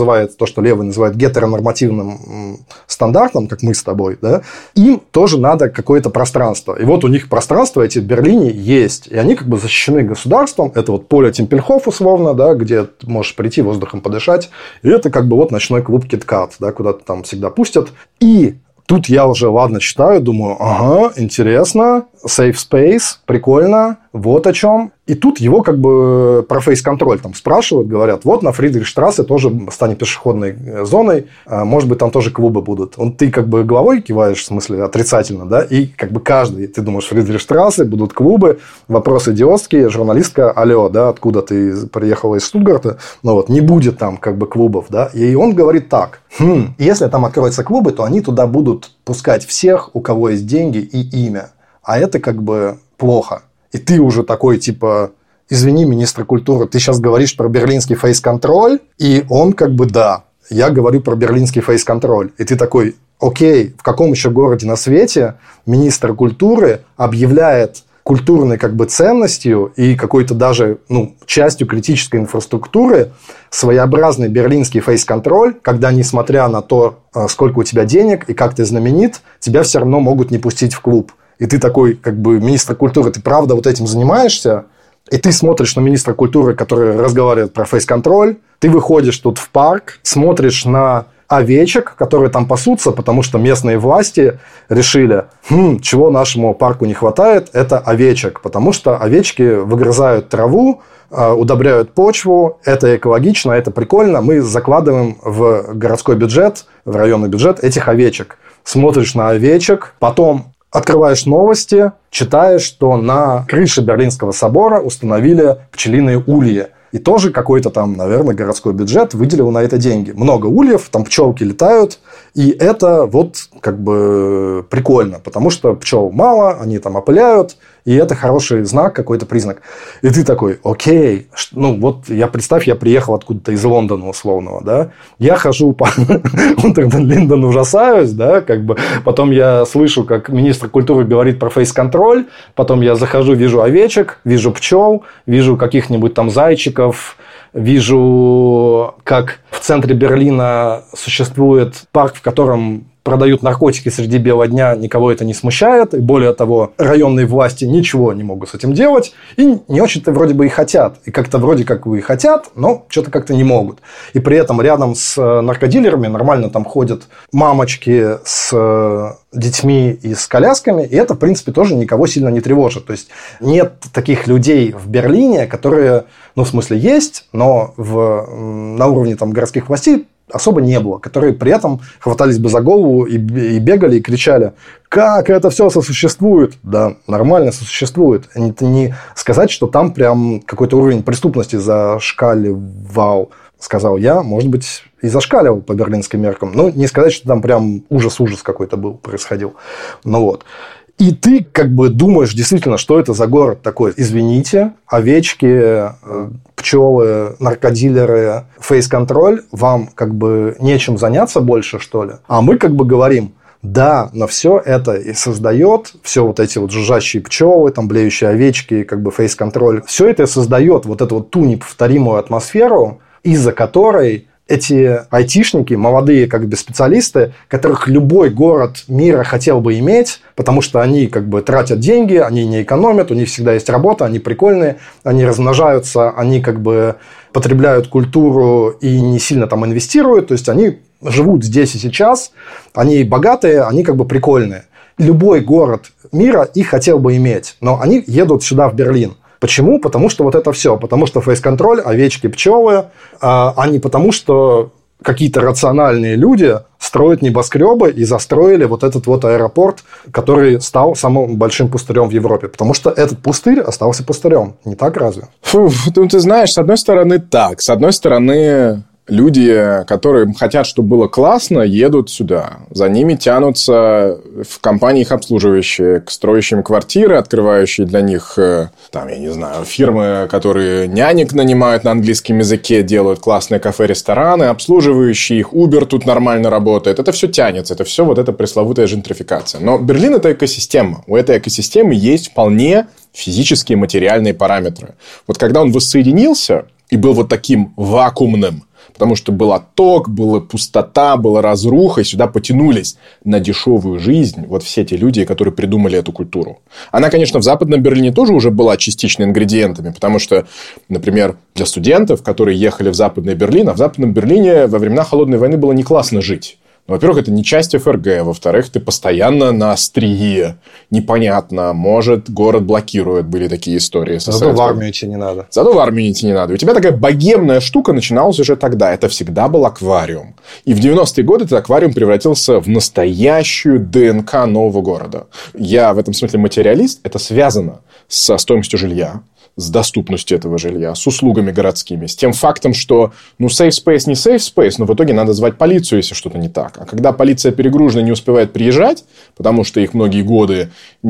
что левые называют гетеронормативным стандартом, как мы с тобой, да, им тоже надо какое-то пространство. И вот у них пространства эти в Берлине есть. И они как бы защищены государством. Это вот поле Темпельхоф, условно, да, где ты можешь прийти воздухом подышать. И это как бы вот ночной клуб Кит-Кат, да, куда-то там всегда пустят. И тут я уже, читаю, думаю, ага, интересно, safe space, прикольно, вот о чем. И тут его как бы про фейс-контроль там спрашивают, говорят, вот на Фридрихштрассе тоже станет пешеходной зоной, может быть, там тоже клубы будут. Ты как бы головой киваешь, в смысле, отрицательно, да, и как бы каждый, ты думаешь, Фридрихштрассе будут клубы, вопрос идиотский, журналистка, алло, да, откуда ты приехала из Штутгарта, не будет там как бы клубов, да, и он говорит так, если там откроются клубы, то они туда будут пускать всех, у кого есть деньги и имя, а это как бы плохо. И ты уже такой, типа, извини, министр культуры, ты сейчас говоришь про берлинский фейс-контроль, и он как бы, да, я говорю про берлинский фейс-контроль. И ты такой, окей, в каком еще городе на свете министр культуры объявляет культурной как бы ценностью и какой-то даже частью критической инфраструктуры своеобразный берлинский фейс-контроль, когда, несмотря на то, сколько у тебя денег и как ты знаменит, тебя все равно могут не пустить в клуб. И ты такой, как бы, министр культуры, ты правда вот этим занимаешься? и ты смотришь на министра культуры, который разговаривает про фейс-контроль, ты выходишь тут в парк, смотришь на овечек, которые там пасутся, потому что местные власти решили, чего нашему парку не хватает, это овечек, потому что овечки выгрызают траву, удобряют почву, это экологично, это прикольно, мы закладываем в городской бюджет, в районный бюджет этих овечек. Смотришь на овечек, потом открываешь новости, читаешь, что на крыше Берлинского собора установили пчелиные ульи. И тоже какой-то там, наверное, городской бюджет выделил на это деньги. Много ульев, там пчелки летают. И это вот как бы прикольно, потому что пчел мало, они там опыляют, и это хороший знак, какой-то признак. И ты такой, окей, ну вот представь, я приехал откуда-то из Лондона условного, да, я хожу по Унтер-ден-Линден, ужасаюсь, да, как бы, потом я слышу, как министр культуры говорит про фейс-контроль, потом я захожу, вижу овечек, вижу пчел, вижу каких-нибудь там зайчиков, вижу, как в центре Берлина существует парк, в котором продают наркотики среди бела дня, никого это не смущает. И более того, районные власти ничего не могут с этим делать. И не очень-то вроде бы и хотят. И как-то вроде как бы и хотят, но что-то как-то не могут. И при этом рядом с наркодилерами нормально там ходят мамочки с детьми и с колясками. И это, в принципе, тоже никого сильно не тревожит. То есть, нет таких людей в Берлине, которые, ну, в смысле, есть, но на уровне там городских властей особо не было, которые при этом хватались бы за голову и бегали, и кричали, как это все сосуществует. Да, нормально сосуществует. Это не сказать, что там прям какой-то уровень преступности зашкаливал, сказал я, может быть, и зашкаливал по берлинским меркам. Но не сказать, что там прям ужас-ужас какой-то был, происходил. Ну вот. И ты как бы думаешь действительно, что это за город такой. Извините, овечки, пчелы, наркодилеры, фейс-контроль, вам как бы нечем заняться больше, что ли? А мы как бы говорим, да, но все это и создает, все вот эти вот жужжащие пчелы, там блеющие овечки, как бы фейс-контроль, все это создает вот эту вот ту неповторимую атмосферу, из-за которой эти айтишники, молодые как бы специалисты, которых любой город мира хотел бы иметь, потому что они как бы тратят деньги, они не экономят, у них всегда есть работа, они прикольные, они размножаются, они как бы потребляют культуру и не сильно там инвестируют, то есть они живут здесь и сейчас, они богатые, они как бы прикольные. Любой город мира их хотел бы иметь, но они едут сюда, в Берлин. Почему? Потому что вот это все. Потому что фейс-контроль, овечки, пчелы, а не потому, что какие-то рациональные люди строят небоскребы и застроили вот этот вот аэропорт, который стал самым большим пустырем в Европе. Потому что этот пустырь остался пустырем. Не так разве? Ну, ты знаешь, с одной стороны так. С одной стороны, люди, которые хотят, чтобы было классно, едут сюда. За ними тянутся в компании их обслуживающие, к строящим квартиры, открывающие для них, там, я не знаю, фирмы, которые нянек нанимают на английском языке, делают классные кафе, рестораны, обслуживающие их, Uber тут нормально работает. Это все тянется, это все вот эта пресловутая джентрификация. Но Берлин – это экосистема. У этой экосистемы есть вполне физические, материальные параметры. Вот когда он воссоединился и был вот таким вакуумным, потому что был отток, была пустота, была разруха, и сюда потянулись на дешевую жизнь вот все те люди, которые придумали эту культуру. Она, конечно, в Западном Берлине тоже уже была частично ингредиентами, потому что, например, для студентов, которые ехали в Западный Берлин, а в Западном Берлине во времена Холодной войны было не классно жить. Ну, во-первых, это не часть ФРГ. Во-вторых, ты постоянно на острие. Непонятно. Может, город блокирует. Были такие истории. Зато в армию идти не надо. Зато в армию идти не надо. У тебя такая богемная штука начиналась уже тогда. Это всегда был аквариум. И в 90-е годы этот аквариум превратился в настоящую ДНК нового города. Я в этом смысле материалист. Это связано со стоимостью жилья, с доступностью этого жилья, с услугами городскими, с тем фактом, что, ну, safe space не safe space, но в итоге надо звать полицию, если что-то не так. А когда полиция перегружена и не успевает приезжать, потому что их многие годы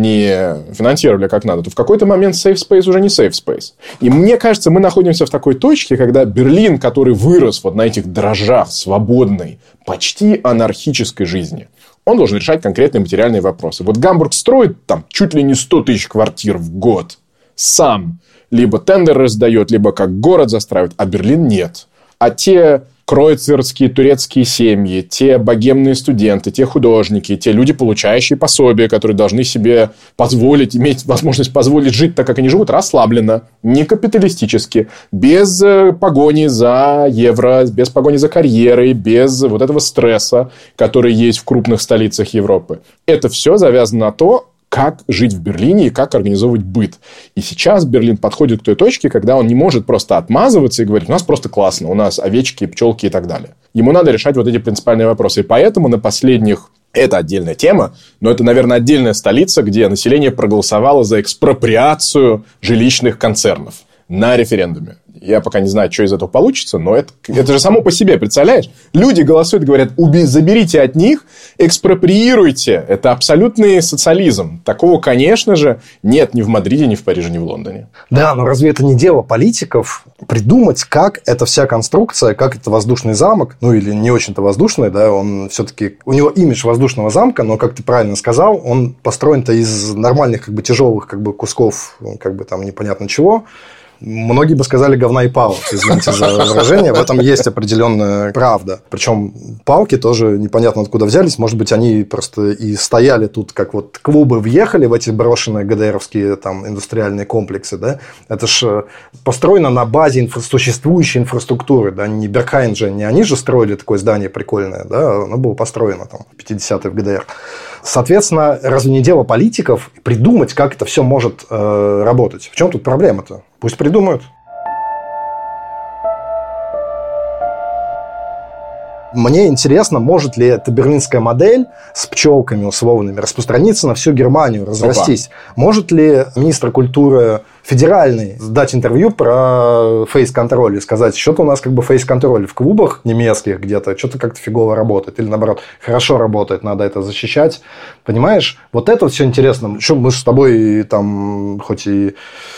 не финансировали как надо, то в какой-то момент safe space уже не safe space. И мне кажется, мы находимся в такой точке, когда Берлин, который вырос вот на этих дрожжах свободной, почти анархической жизни, он должен решать конкретные материальные вопросы. Вот Гамбург строит там чуть ли не 100 тысяч квартир в год сам. Либо тендер раздает, либо как город застраивает, а Берлин нет. А те кройцерские турецкие семьи, те богемные студенты, те художники, те люди, получающие пособия, которые должны себе позволить, иметь возможность позволить жить так, как они живут, расслабленно, не капиталистически, без погони за евро, без погони за карьерой, без вот этого стресса, который есть в крупных столицах Европы. Это все завязано на то, как жить в Берлине и как организовывать быт. И сейчас Берлин подходит к той точке, когда он не может просто отмазываться и говорить, у нас просто классно, у нас овечки, пчелки и так далее. Ему надо решать вот эти принципиальные вопросы. И поэтому на последних... Это отдельная тема, но это, наверное, отдельная столица, где население проголосовало за экспроприацию жилищных концернов на референдуме. Я пока не знаю, что из этого получится, но это же само по себе, представляешь? Люди голосуют, говорят, заберите от них, экспроприируйте. Это абсолютный социализм. Такого, конечно же, нет ни в Мадриде, ни в Париже, ни в Лондоне. Да, но разве это не дело политиков придумать, как эта вся конструкция, как это воздушный замок, ну или не очень-то воздушный, да, он все-таки, у него имидж воздушного замка, но, как ты правильно сказал, он построен-то из нормальных как бы тяжелых как бы кусков, как бы там непонятно чего. Многие бы сказали говна и палок, извините за выражение. В этом есть определенная правда. Причем палки тоже непонятно откуда взялись. Может быть, они просто и стояли тут, как вот клубы въехали в эти брошенные ГДРовские там индустриальные комплексы. Да? Это ж построено на базе существующей инфраструктуры. Да? Не Беркхайн же, не они же строили такое здание прикольное. Да? Оно было построено там, в 50-е в ГДР. Соответственно, разве не дело политиков придумать, как это все может работать? В чем тут проблема-то? Пусть придумают. Мне интересно, может ли эта берлинская модель с пчелками условными распространиться на всю Германию, разрастись. Может ли министр культуры федеральный дать интервью про фейс-контроль и сказать, что-то у нас как бы фейс-контроль в клубах немецких где-то, что-то как-то фигово работает. Или наоборот, хорошо работает, надо это защищать. Понимаешь? Вот это все интересно. Еще мы с тобой там хоть и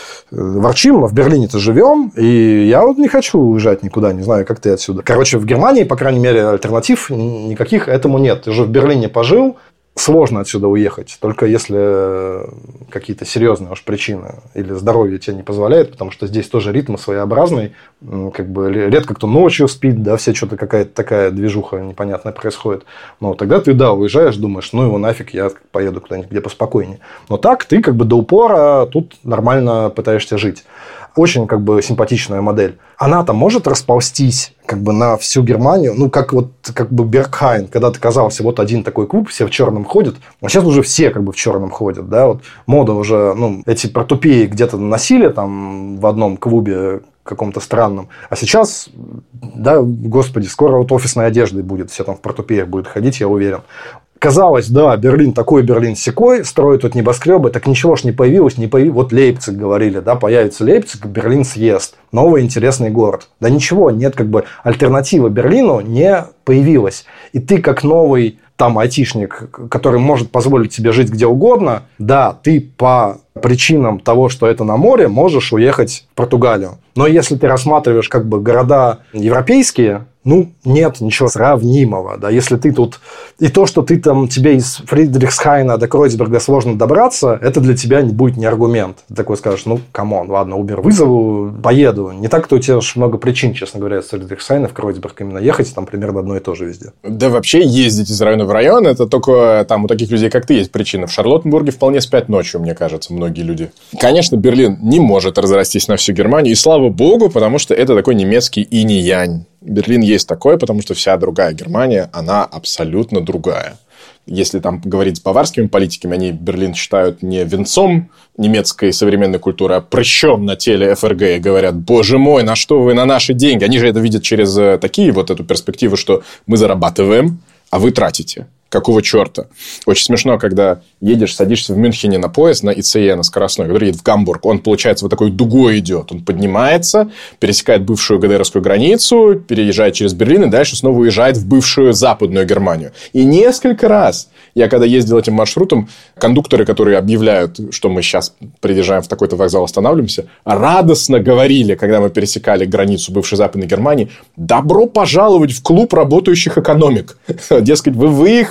ворчим, но в Берлине-то живем, и я вот не хочу уезжать никуда, не знаю, как ты отсюда. Короче, в Германии, по крайней мере, альтернатив никаких этому нет. Ты же в Берлине пожил, сложно отсюда уехать, только если какие-то серьезные уж причины или здоровье тебе не позволяет, потому что здесь тоже ритм своеобразный, как бы редко кто ночью спит, да, все что-то какая-то такая движуха непонятная происходит. Но тогда ты, да, уезжаешь, думаешь, ну его нафиг, я поеду куда-нибудь, где поспокойнее. Но так ты как бы до упора тут нормально пытаешься жить. Очень как бы симпатичная модель. Она-то может расползтись как бы на всю Германию, ну, как вот как бы Беркхайн, когда ты казался вот один такой клуб, все в черном ходят, а сейчас уже все как бы в черном ходят, да, вот мода уже, ну, эти портупеи где-то носили там в одном клубе каком-то странном, а сейчас, да, господи, скоро вот офисной одеждой будет, все там в портупеях будут ходить, я уверен. Казалось, да, Берлин такой, Берлин сякой, строят тут небоскребы, так ничего ж не появилось, вот Лейпциг говорили, да, появится Лейпциг, Берлин съест, новый интересный город. Да ничего, нет, как бы альтернативы Берлину не появилась. И ты как новый там айтишник, который может позволить себе жить где угодно, да, ты по причинам того, что это на море, можешь уехать в Португалию. Но если ты рассматриваешь как бы города европейские, ну, нет ничего сравнимого. Да? Если ты тут... И то, что ты там, тебе из Фридрихсхайна до Кройцберга сложно добраться, это для тебя будет не аргумент. Ты такой скажешь, ну, камон, ладно, Uber вызову, поеду. Не так-то у тебя уж много причин, честно говоря, из Фридрихсхайна в Кройцберг именно ехать, там примерно одно и то же везде. Да вообще ездить из района в район, это только там у таких людей, как ты, есть причина. В Шарлоттенбурге вполне спят ночью, мне кажется, многие люди. Конечно, Берлин не может разрастись на всю Германию, и слава богу, потому что это такой немецкий инь-янь. Берлин есть такой, потому что вся другая Германия, она абсолютно другая. Если там говорить с баварскими политиками, они Берлин считают не венцом немецкой современной культуры, а прыщом на теле ФРГ и говорят, боже мой, на что вы на наши деньги? Они же это видят через такие вот эту перспективу, что мы зарабатываем, а вы тратите. Какого черта? Очень смешно, когда едешь, садишься в Мюнхене на поезд, на ИЦЕ, на скоростной, который едет в Гамбург. Он, получается, вот такой дугой идет. Он поднимается, пересекает бывшую ГДРовскую границу, переезжает через Берлин и дальше снова уезжает в бывшую западную Германию. И несколько раз я, когда ездил этим маршрутом, кондукторы, которые объявляют, что мы сейчас приезжаем в такой-то вокзал, останавливаемся, радостно говорили, когда мы пересекали границу бывшей западной Германии, добро пожаловать в клуб работающих экономик. Дескать, вы выехали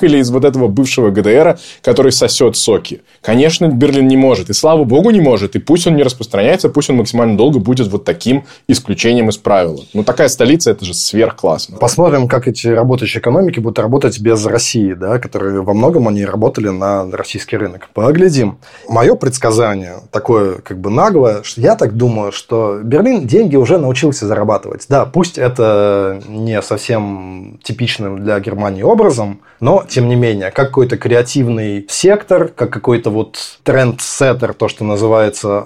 них или из вот этого бывшего ГДР, который сосет соки? Конечно, Берлин не может. И слава богу, не может. И пусть он не распространяется, пусть он максимально долго будет вот таким исключением из правила. Ну, такая столица, это же сверхклассно. Посмотрим, как эти работающие экономики будут работать без России, да, которые во многом они работали на российский рынок. Поглядим. Мое предсказание такое как бы наглое, что я так думаю, что Берлин деньги уже научился зарабатывать. Да, пусть это не совсем типичным для Германии образом, но, тем не менее, как какой-то креативный сектор, как какой-то вот тренд-сеттер, то, что называется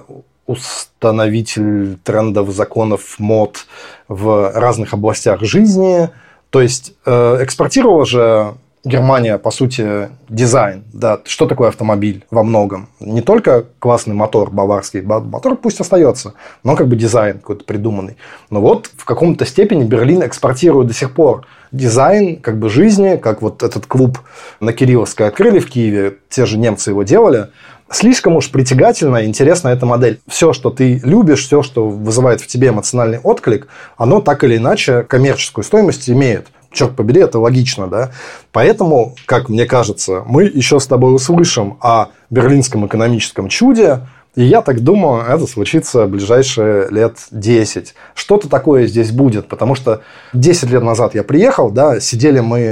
установитель трендов, законов, мод в разных областях жизни. То есть, экспортировала же Германия, по сути, дизайн. Да, что такое автомобиль во многом? Не только классный мотор баварский, мотор пусть остается, но как бы дизайн какой-то придуманный. Но вот в каком-то степени Берлин экспортирует до сих пор дизайн как бы жизни, как вот этот клуб на Кирилловской открыли в Киеве, те же немцы его делали. Слишком уж притягательная и интересная эта модель. Все, что ты любишь, все, что вызывает в тебе эмоциональный отклик, оно так или иначе коммерческую стоимость имеет. Черт побери, это логично, да? Поэтому, как мне кажется, мы еще с тобой услышим о берлинском экономическом чуде, и я так думаю, это случится в ближайшие лет 10. Что-то такое здесь будет, потому что 10 лет назад я приехал, да, сидел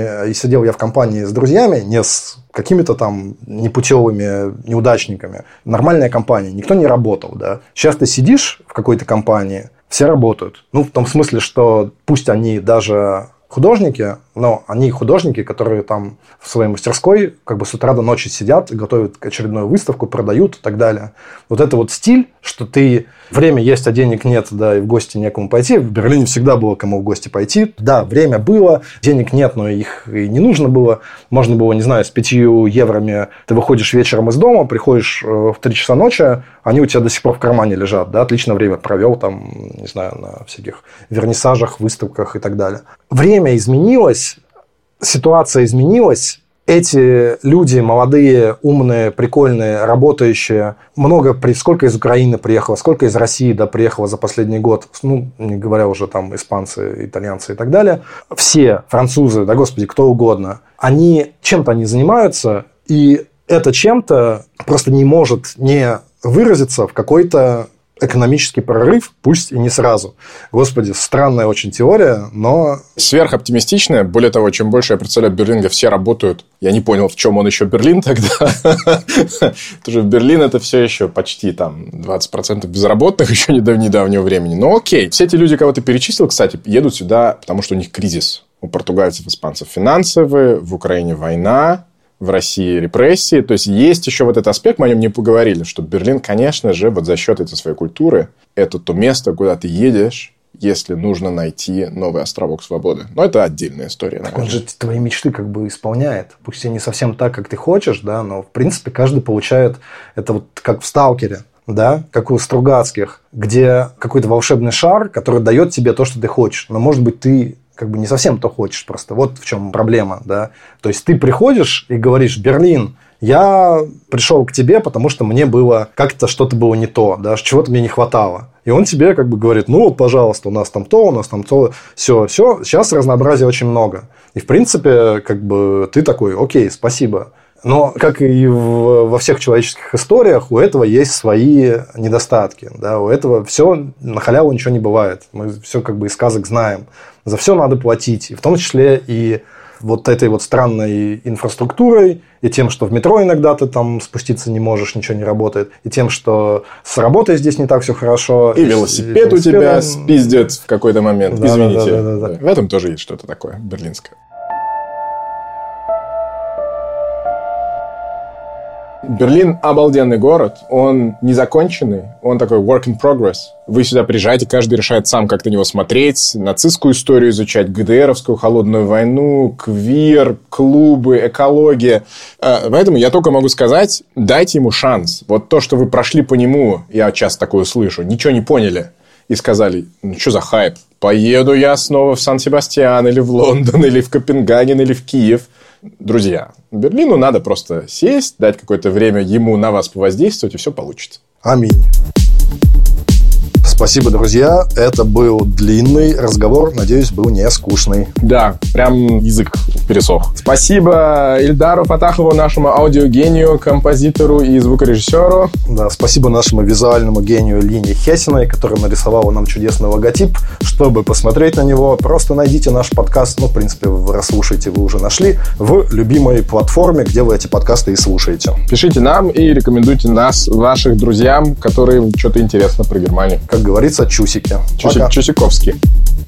я в компании с друзьями, не с какими-то там непутевыми неудачниками. Нормальная компания, никто не работал, да. Сейчас ты сидишь в какой-то компании, все работают. Ну, в том смысле, что пусть они даже художники, но они художники, которые там в своей мастерской как бы с утра до ночи сидят, готовят очередную выставку, продают и так далее. Вот это вот стиль, что ты время есть, а денег нет, да, и в гости некому пойти. В Берлине всегда было кому в гости пойти. Да, время было, денег нет, но их и не нужно было. Можно было, не знаю, с 5 еврами ты выходишь вечером из дома, приходишь в 3 часа ночи, они у тебя до сих пор в кармане лежат, да, отлично время провел там, не знаю, на всяких вернисажах, выставках и так далее. Время изменилось, ситуация изменилась. Эти люди молодые, умные, прикольные, работающие, сколько из Украины приехало, сколько из России приехало за последний год, ну, не говоря уже там испанцы, итальянцы и так далее. Все французы, да господи, кто угодно, они чем-то они занимаются, и это чем-то просто не может не выразиться в какой-то экономический прорыв, пусть и не сразу. Господи, странная очень теория, но... Сверхоптимистичная. Более того, чем больше я представляю Берлин, где все работают, я не понял, в чем он еще Берлин тогда. Потому что в Берлин это все еще почти там 20% безработных еще не до недавнего времени. Но окей. Все эти люди, кого ты перечислил, кстати, едут сюда, потому что у них кризис. У португальцев, испанцев финансовый, в Украине война, в России репрессии. То есть, есть еще вот этот аспект, мы о нем не поговорили, что Берлин, конечно же, вот за счет этой своей культуры, это то место, куда ты едешь, если нужно найти новый островок свободы. Но это отдельная история. Так он же твои мечты как бы исполняет. Пусть и не совсем так, как ты хочешь, да, но, в принципе, каждый получает это вот как в «Сталкере», да, как у Стругацких, где какой-то волшебный шар, который дает тебе то, что ты хочешь. Но, может быть, ты как бы не совсем то хочешь просто. Вот в чем проблема, да. То есть, ты приходишь и говоришь: Берлин, я пришел к тебе, потому что мне было как-то что-то было не то, да, чего-то мне не хватало. И он тебе как бы говорит: ну вот, пожалуйста, у нас там то, все. Сейчас разнообразия очень много. И, в принципе, как бы ты такой: окей, спасибо. Но, как и во всех человеческих историях, у этого есть свои недостатки. Да? У этого все на халяву ничего не бывает. Мы все как бы из сказок знаем. За все надо платить. И в том числе и вот этой вот странной инфраструктурой, и тем, что в метро иногда ты там спуститься не можешь, ничего не работает, и тем, что с работой здесь не так все хорошо. И велосипед у тебя спиздят в какой-то момент. Да, извините. Да. В этом тоже есть что-то такое берлинское. Берлин – обалденный город, он незаконченный, он такой work in progress. Вы сюда приезжаете, каждый решает сам, как на него смотреть, нацистскую историю изучать, ГДРовскую, холодную войну, квир, клубы, экология. Поэтому я только могу сказать, дайте ему шанс. Вот то, что вы прошли по нему, я часто такое слышу, ничего не поняли. И сказали: ну, что за хайп? Поеду я снова в Сан-Себастьян, или в Лондон, или в Копенгаген, или в Киев. Друзья, Берлину надо просто сесть, дать какое-то время ему на вас повоздействовать, и все получится. Аминь. Спасибо, друзья. Это был длинный разговор. Надеюсь, был не скучный. Да, прям язык пересох. Спасибо Ильдару Фатахову, нашему аудиогению, композитору и звукорежиссеру. Да, спасибо нашему визуальному гению Лине Хесиной, которая нарисовала нам чудесный логотип. Чтобы посмотреть на него, просто найдите наш подкаст. В принципе, вы расслушаете, вы уже нашли в любимой платформе, где вы эти подкасты и слушаете. Пишите нам и рекомендуйте нас ваших друзьям, которые что-то интересно про Германию. Как говорится, чусики. Чусиковские.